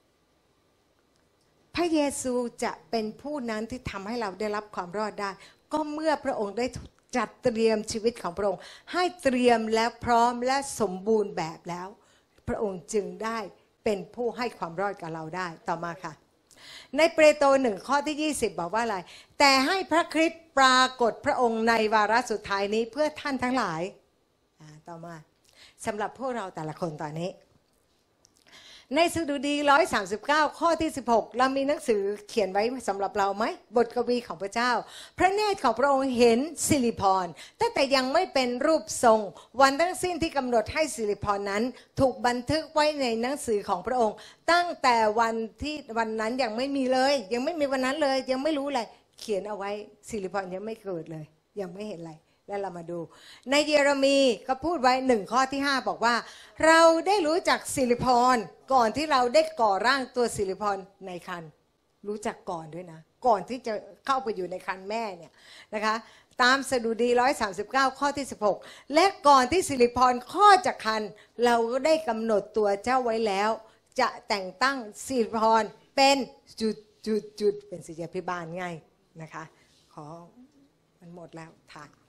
พระเยซูจะเป็นผู้นั้นที่ทำให้เราได้รับความรอดได้ก็เมื่อพระองค์ได้จัดเตรียมชีวิตของพระองค์ให้เตรียมและพร้อมและสมบูรณ์แบบแล้วพระองค์จึงได้เป็นผู้ให้ความรอดกับเราได้ต่อมาค่ะในเปโตรหนึ่งข้อที่ยี่สิบบอกว่าอะไรแต่ให้พระคริสต์ปรากฏพระองค์ในวาระสุดท้ายนี้เพื่อท่านทั้งหลายต่อมาสำหรับพวกเราแต่ละคนตอนนี้ในสดุดีหนึ่งร้อยสามสิบเก้าข้อที่สิบหกเรามีหนังสือเขียนไว้สำหรับเราไหมบทกวีของพระเจ้าพระเนตรของพระองค์เห็นสิริพรตั้งแต่ยังไม่เป็นรูปทรงวันทั้งสิ้นที่กำหนดให้สิริพรนั้นถูกบันทึกไว้ในหนังสือของพระองค์ตั้งแต่วันที่วันนั้นยังไม่มีเลยยังไม่มีวันนั้นเลยยังไม่รู้เลยเขียนเอาไว้สิริพรยังไม่เกิดเลยยังไม่เห็นอะไรแล้วเรามาดูในเยเรมีก็พูดไว้หนึ่งข้อที่ห้าบอกว่าเราได้รู้จักสิริพรก่อนที่เราได้ก่อร่างตัวสิริพรในครรภ์รู้จักก่อนด้วยนะก่อนที่จะเข้าไปอยู่ในครรภ์แม่เนี่ยนะคะตามสดุดีหนึ่งร้อยสามสิบเก้าข้อที่สิบหกและก่อนที่สิริพรคลอดจากครรภ์เราก็ได้กำหนดตัวเจ้าไว้แล้วจะแต่งตั้งสิริพรเป็นจุดจุดจุดเป็นศิษยาภิบาลไงนะคะขอมันหมดแล้วถ่าย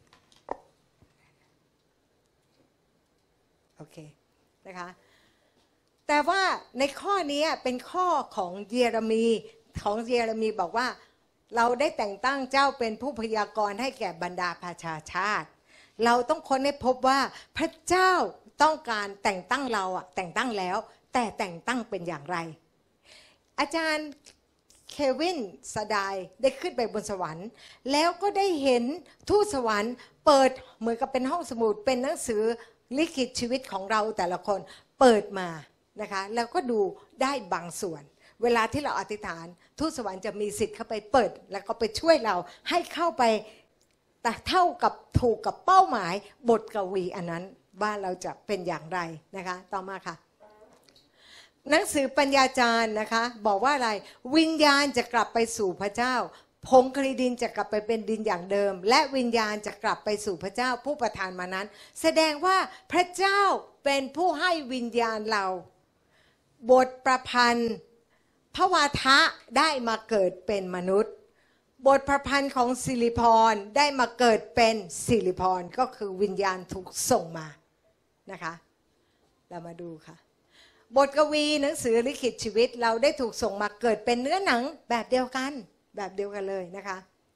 โอเคนะคะแต่ว่าในข้อนี้เป็นข้อของเยเรมีของเยเรมีบอกว่าเราได้แต่งตั้งเจ้าเป็นผู้พยากรณ์ให้แก่บรรดาประชาชาติเราต้องค้นให้พบว่าพระเจ้าต้องการแต่งตั้งเราอะแต่งตั้งแล้วแต่แต่งตั้งเป็นอย่างไรอาจารย์เควินสดายได้ขึ้นไปบนสวรรค์แล้วก็ได้เห็นทูตสวรรค์เปิดเหมือนกับเป็นห้องสมุดเป็นหนังสือลิขิตชีวิตของเราแต่ละคนเปิดมานะคะแล้วก็ดูได้บางส่วนเวลาที่เราอธิษฐานทูตสวรรค์จะมีสิทธิ์เข้าไปเปิดแล้วก็ไปช่วยเราให้เข้าไปแต่เท่ากับถูกกับเป้าหมายบทกวีอันนั้นว่าเราจะเป็นอย่างไรนะคะต่อมาค่ะหนังสือปัญญาจารย์นะคะบอกว่าอะไรวิญญาณจะกลับไปสู่พระเจ้าผงคลีดินจะกลับไปเป็นดินอย่างเดิมและวิญญาณจะกลับไปสู่พระเจ้าผู้ประทานมานั้นแสดงว่าพระเจ้าเป็นผู้ให้วิญญาณเราบทประพันธ์พระวาทะได้มาเกิดเป็นมนุษย์บทประพันธ์ของสิริพรได้มาเกิดเป็นสิริพรก็คือวิญญาณถูกส่งมานะคะเรามาดูค่ะบทกวีหนังสือลิขิตชีวิตเราได้ถูกส่งมาเกิดเป็นเนื้อหนังแบบเดียวกันแบบเดียวกันเลยนะคะ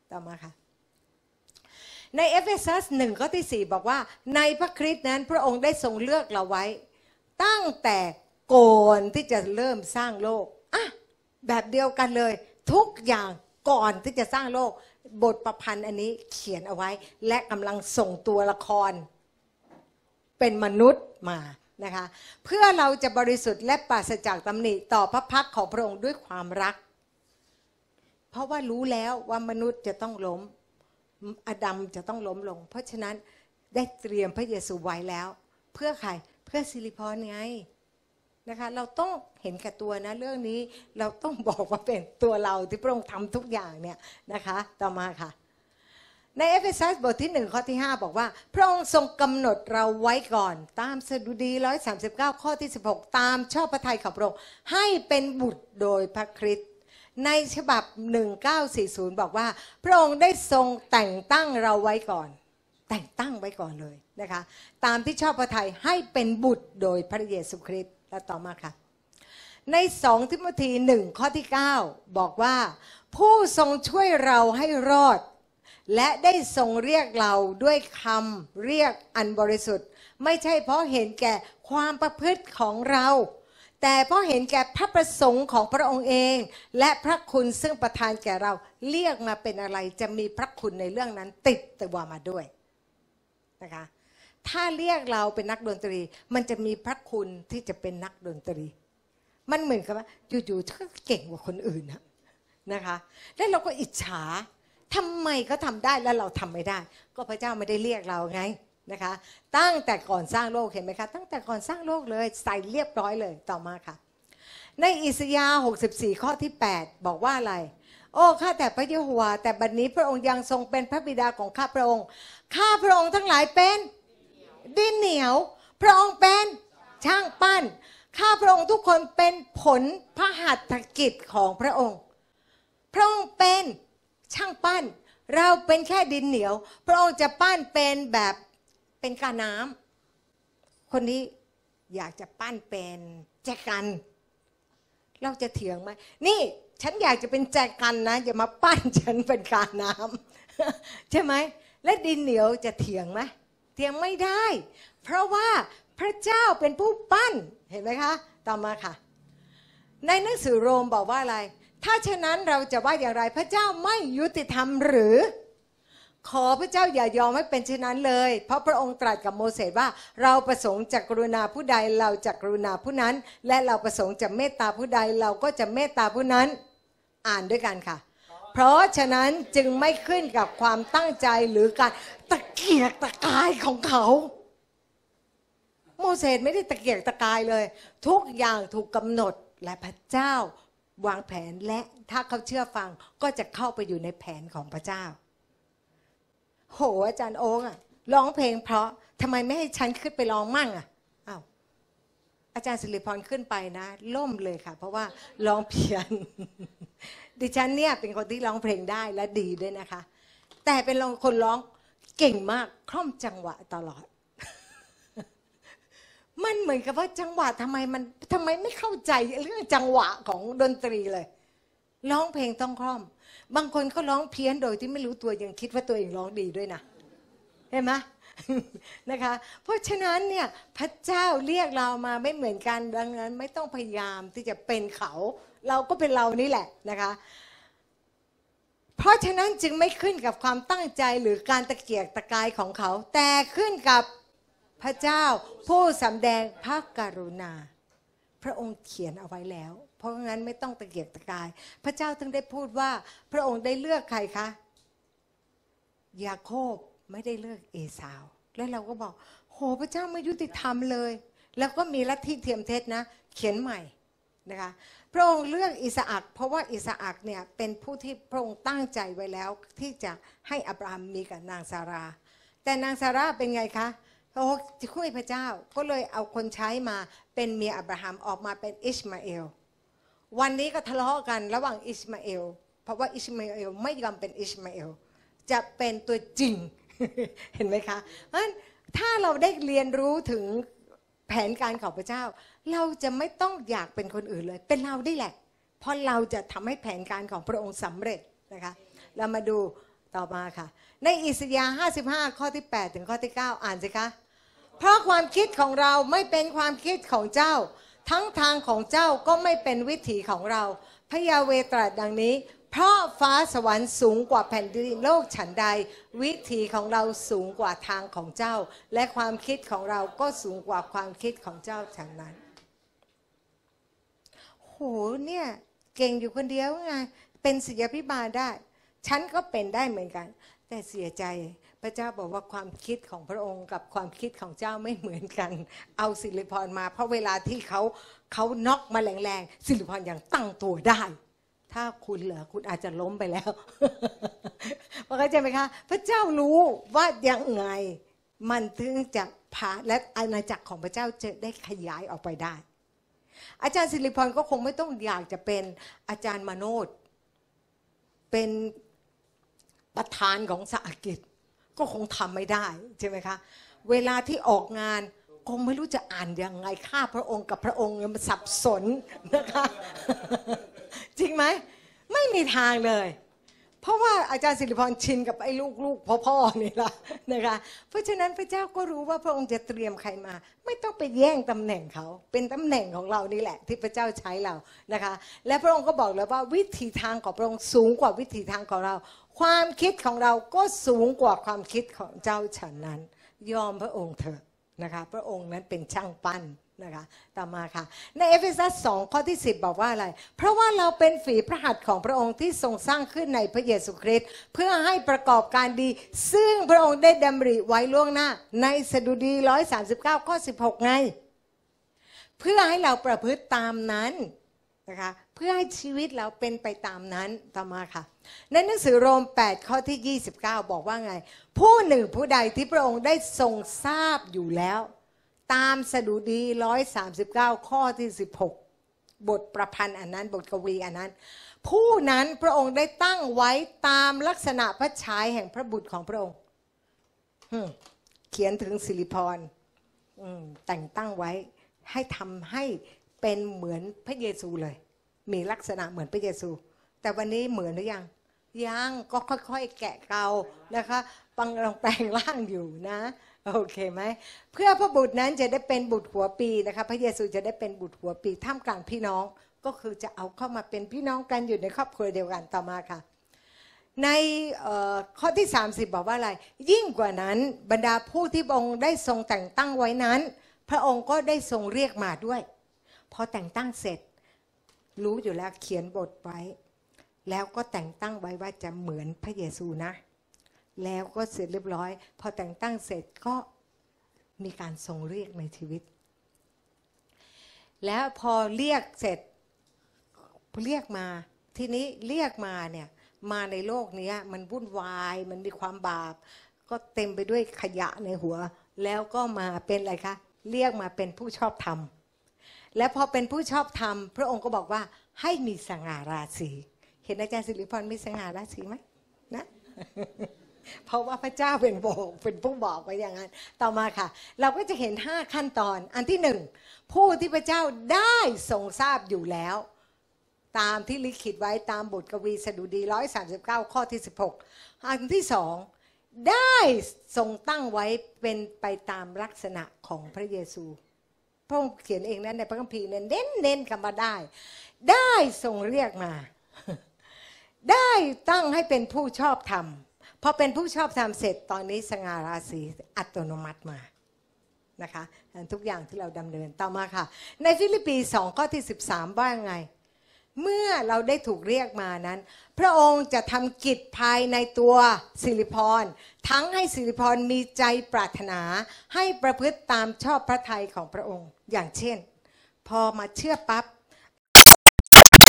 ต่อมาค่ะในเอเฟซัสหนึ่งข้อที่สี่บอกว่าในพระคริสต์นั้นพระองค์ได้ทรงเลือกเราไว้ตั้งแต่ก่อนที่จะเริ่มสร้างโลกอ่ะแบบเดียวกันเลยทุกอย่างก่อนที่จะสร้างโลกบทประพันธ์อันนี้เขียนเอาไว้และกำลังส่งตัวละครเป็นมนุษย์มานะคะเพื่อเราจะบริสุทธิ์และปราศจากตำหนิต่อพระพักของพระองค์ด้วยความรักเพราะว่ารู้แล้วว่ามนุษย์จะต้องล้มอาดัมจะต้องล้มลงเพราะฉะนั้นได้เตรียมพระเยซูไว้แล้วเพื่อใครเพื่อสิริพรไงนะคะเราต้องเห็นแก่ตัวนะเรื่องนี้เราต้องบอกว่าเป็นตัวเราที่พระองค์ทำทุกอย่างเนี่ยนะคะต่อมาค่ะในเอเฟซัสบทที่หนึ่งข้อที่ห้าบอกว่าพระองค์ทรงกำหนดเราไว้ก่อนตามสดุดีหนึ่งร้อยสามสิบเก้าข้อที่สิบหกตามชอบพระทัยของพระองค์ให้เป็นบุตรโดยพระคริสต์ในฉบับหนึ่งเก้าสี่ศูนย์บอกว่าพระองค์ได้ทรงแต่งตั้งเราไว้ก่อนแต่งตั้งไว้ก่อนเลยนะคะตามที่ชอบพระทัยให้เป็นบุตรโดยพระเยซูคริสต์และต่อมาค่ะในสองทิโมธีหนึ่งข้อที่เก้าบอกว่าผู้ทรงช่วยเราให้รอดและได้ทรงเรียกเราด้วยคำเรียกอันบริสุทธิ์ไม่ใช่เพราะเห็นแก่ความประพฤติของเราแต่เพราะเห็นแก่พระประสงค์ของพระองค์เองและพระคุณซึ่งประทานแก่เราเรียกมาเป็นอะไรจะมีพระคุณในเรื่องนั้นติดตัวมาด้วยนะคะถ้าเรียกเราเป็นนักดนตรีมันจะมีพระคุณที่จะเป็นนักดนตรีมันเหมือนกับว่าอยู่ๆเขาเก่งกว่าคนอื่นนะคะแล้วเราก็อิจฉาทำไมเขาทำได้แล้วเราทำไม่ได้ก็พระเจ้าไม่ได้เรียกเราไงนะคะตั้งแต่ก่อนสร้างโลกเห็นไหมคะตั้งแต่ก่อนสร้างโลกเลยใส่เรียบร้อยเลยต่อมาค่ะในอิสยาห์หกสิบสี่ข้อที่แปดบอกว่าอะไรโอ้ข้าแต่พระเยโฮวาแต่บัดนี้พระองค์ยังทรงเป็นพระบิดาของข้าพระองค์ข้าพระองค์ทั้งหลายเป็นดินเหนียวพระองค์เป็นช่างปั้นข้าพระองค์ทุกคนเป็นผลพระหัตถกิจของพระองค์พระองค์เป็นช่างปั้นเราเป็นแค่ดินเหนียวพระองค์จะปั้นเป็นแบบเป็นกาน้ำคนนี้อยากจะปั้นเป็นแจกันเราจะเถียงไหมนี่ฉันอยากจะเป็นแจกันนะอย่ามาปั้นฉันเป็นกาน้ำใช่ไหมและดินเหนียวจะเถียงไหมเถียงไม่ได้เพราะว่าพระเจ้าเป็นผู้ปั้นเห็นไหมคะต่อมาค่ะในหนังสือโรมบอกว่าอะไรถ้าฉะนั้นเราจะว่าอย่างไรพระเจ้าไม่ยุติธรรมหรือขอพระเจ้าอย่ายอมให้เป็นเช่นนั้นเลยเพราะพระองค์ตรัสกับโมเสสว่าเราประสงค์จะกรุณาผู้ใดเราจะกรุณาผู้นั้นและเราประสงค์จะเมตตาผู้ใดเราก็จะเมตตาผู้นั้นอ่านด้วยกันค่ะเพราะฉะนั้นจึงไม่ขึ้นกับความตั้งใจหรือการตะเกียกตะกายของเขาโมเสสไม่ได้ตะเกียกตะกายเลยทุกอย่างถูกกำหนดและพระเจ้าวางแผนและถ้าเขาเชื่อฟังก็จะเข้าไปอยู่ในแผนของพระเจ้าโหอาจารย์โอ๊งอะร้องเพลงเพราะทำไมไม่ให้ฉันขึ้นไปร้องมั่งอะอ้าวอาจารย์สิริพรขึ้นไปนะล่มเลยค่ะเพราะว่าร้องเพี้ยนดิฉันเนี่ยเป็นคนที่ร้องเพลงได้และดีด้วยนะคะแต่เป็นคนร้องเก่งมากคล่อมจังหวะตลอดมันเหมือนกับว่าจังหวะทำไมมันทำไมไม่เข้าใจเรื่องจังหวะของดนตรีเลยร้องเพลงต้องคล่อมบางคนก็ร้องเพี้ยนโดยที่ไม่รู้ตัวยังคิดว่าตัวเองร้องดีด้วยนะเห็นไหมนะคะเพราะฉะนั้นเนี่ยพระเจ้าเรียกเรามาไม่เหมือนกันดังนั้นไม่ต้องพยายามที่จะเป็นเขาเราก็เป็นเรานี่แหละนะคะเพราะฉะนั้นจึงไม่ขึ้นกับความตั้งใจหรือการตะเกียกตะกายของเขาแต่ขึ้นกับพระเจ้าผู้สำแดงพระกรุณาพระองค์เขียนเอาไว้แล้วเพราะงั้นไม่ต้องตะเกียกตะกายพระเจ้าถึงได้พูดว่าพระองค์ได้เลือกใครคะยาโคบไม่ได้เลือกเอสาวแล้วเราก็บอกโหพระเจ้าไม่ยุติธรรมเลยแล้วก็มีลัทธิเทียมเท็จนะเขียนใหม่นะคะพระองค์เลือกอิสอัคเพราะว่าอิสอัคเนี่ยเป็นผู้ที่พระองค์ตั้งใจไว้แล้วที่จะให้อับราฮัมมีกับนางซาราแต่นางซาราเป็นไงคะโอ้จะคุยพระเจ้าก็เลยเอาคนใช้มาเป็นเมียอับราฮัมออกมาเป็นอิชมาเอลวันนี้ก็ทะเลาะกันระหว่างอิชมาเอลเพราะว่าอิชมาเอลไม่ยอมเป็นอิชมาเอลจะเป็นตัวจริง เห็นไหมคะเพราะฉะนั้นถ้าเราได้เรียนรู้ถึงแผนการของพระเจ้าเราจะไม่ต้องอยากเป็นคนอื่นเลยเป็นเราได้แหละเพราะเราจะทำให้แผนการของพระองค์สำเร็จนะคะเรามาดูต่อมาค่ะในอิสยาห์ห้าสิบห้าข้อที่แปดถึงข้อที่เก้าอ่านสิคะเพราะความคิดของเราไม่เป็นความคิดของเจ้าทั้งทางของเจ้าก็ไม่เป็นวิถีของเราพระยาเวห์ตรัสดังนี้เพราะฟ้าสวรรค์สูงกว่าแผ่นดินโลกฉันใดวิถีของเราสูงกว่าทางของเจ้าและความคิดของเราก็สูงกว่าความคิดของเจ้าฉันนั้นโหเนี่ยเก่งอยู่คนเดียวไงเป็นศิษยาภิบาลได้ฉันก็เป็นได้เหมือนกันแต่เสียใจพระเจ้าบอกว่าความคิดของพระองค์กับความคิดของเจ้าไม่เหมือนกันเอาสิริพรมาเพราะเวลาที่เขาเขาน็อกมาแรงๆสิริพรยังตั้งตัวได้ถ้าคุณเหรอคุณอาจจะล้มไปแล้วเข้าใจไหมคะพระเจ้ารู้ว่ายังไงมันถึงจะพาและอาณาจักรของพระเจ้าจะได้ขยายออกไปได้อาจารย์สิริพรก็คงไม่ต้องอยากจะเป็นอาจารย์มโนดเป็นประธานของสหกิจก็คงทำไม่ได้ใช่ไหมคะเวลาที่ออกงานคงไม่รู้จะอ่านยังไงข้าพระองค์กับพระองค์มันสับสนนะคะจริงไหมไม่มีทางเลยเพราะว่าอาจารย์สิริพรชินกับไอ้ลูกๆพ่อๆนี่ละนะคะเพราะฉะนั้นพระเจ้าก็รู้ว่าพระองค์จะเตรียมใครมาไม่ต้องไปแย่งตำแหน่งเขาเป็นตำแหน่งของเรานี่แหละที่พระเจ้าใช้เรานะคะและพระองค์ก็บอกแล้วว่าวิถีทางของพระองค์สูงกว่าวิถีทางของเราความคิดของเราก็สูงกว่าความคิดของเจ้าฉันนั้นยอมพระองค์เถอะนะคะพระองค์นั้นเป็นช่างปั้นนะคะต่อมาค่ะในเอเฟซัสสองข้อที่สิบบอกว่าอะไรเพราะว่าเราเป็นฝีพระหัตถ์ของพระองค์ที่ทรงสร้างขึ้นในพระเยซูคริสต์เพื่อให้ประกอบการดีซึ่งพระองค์ได้ดำริไว้ล่วงหน้าในสดุดีหนึ่งร้อยสามสิบเก้าข้อสิบหกไงเพื่อให้เราประพฤติตามนั้นนะคะเพื่อให้ชีวิตเราเป็นไปตามนั้นต่อมาค่ะในหนังสือโรมแปดข้อที่ยี่สิบเก้าบอกว่าไงผู้หนึ่งผู้ใดที่พระองค์ได้ทรงทราบอยู่แล้วตามสดุดีหนึ่งร้อยสามสิบเก้าข้อที่สิบหกบทประพันธ์อันนั้นบทกวีอันนั้นผู้นั้นพระองค์ได้ตั้งไว้ตามลักษณะพระฉายแห่งพระบุตรของพระองค์เขียนถึงสิริพรแต่งตั้งไว้ให้ทำให้เป็นเหมือนพระเยซูเลยมีลักษณะเหมือนพระเยซูแต่วันนี้เหมือนหรือยังยังก็ค่อยๆแกะเกานะคะปังลองแปลงร่างอยู่นะโอเคไหมเพื่อพระบุตรนั้นจะได้เป็นบุตรหัวปีนะคะพระเยซูจะได้เป็นบุตรหัวปีท่ามกลางพี่น้องก็คือจะเอาเข้ามาเป็นพี่น้องกันอยู่ในครอบครัวเดียวกันต่อมาค่ะในข้อที่สามสิบบอกว่าอะไรยิ่งกว่านั้นบรรดาผู้ที่พระองค์ได้ทรงแต่งตั้งไว้นั้นพระองค์ก็ได้ทรงเรียกมาด้วยพอแต่งตั้งเสร็จรู้อยู่แล้วเขียนบทไว้แล้วก็แต่งตั้งไว้ว่าจะเหมือนพระเยซูนะแล้วก็เสร็จเรียบร้อยพอแต่งตั้งเสร็จก็มีการทรงเรียกในชีวิตแล้วพอเรียกเสร็จเรียกมาทีนี้เรียกมาเนี่ยมาในโลกนี้มันวุ่นวายมันมีความบาปก็เต็มไปด้วยขยะในหัวแล้วก็มาเป็นอะไรคะเรียกมาเป็นผู้ชอบธรรมและพอเป็นผู้ชอบธรรมพระองค์ก็บอกว่าให้มีสง่าราศีเห็นอาจารย์สิริพรมีสง่าราศีไหมนะ เพราะว่าพระเจ้าเป็นบอกเป็นผู้บอกไว้อย่างนั้นต่อมาค่ะเราก็จะเห็นห้าขั้นตอนอันที่หนึ่งผู้ที่พระเจ้าได้ทรงทราบอยู่แล้วตามที่ลิขิตไว้ตามบทกวีสดุดีหนึ่งร้อยสามสิบเก้าข้อที่สิบหกอันที่สองได้ทรงตั้งไว้เป็นไปตามลักษณะของพระเยซูพระองค์เขียนเองนั้นในพระคัมภีร์เน้นเน้นคำว่าได้ได้ทรงเรียกมาได้ตั้งให้เป็นผู้ชอบธรรมพอเป็นผู้ชอบธรรมเสร็จตอนนี้สง่าราศีอัตโนมัติมานะคะทุกอย่างที่เราดำเนินต่อมาค่ะในฟิลิปปีสองข้อที่สิบสามว่าไงเมื่อเราได้ถูกเรียกมานั้นพระองค์จะทำกิจภายในตัวสิริพรทั้งให้สิริพรมีใจปรารถนาให้ประพฤติตามชอบพระทัยของพระองค์อย่างเช่นพอมาเชื่อปั๊บ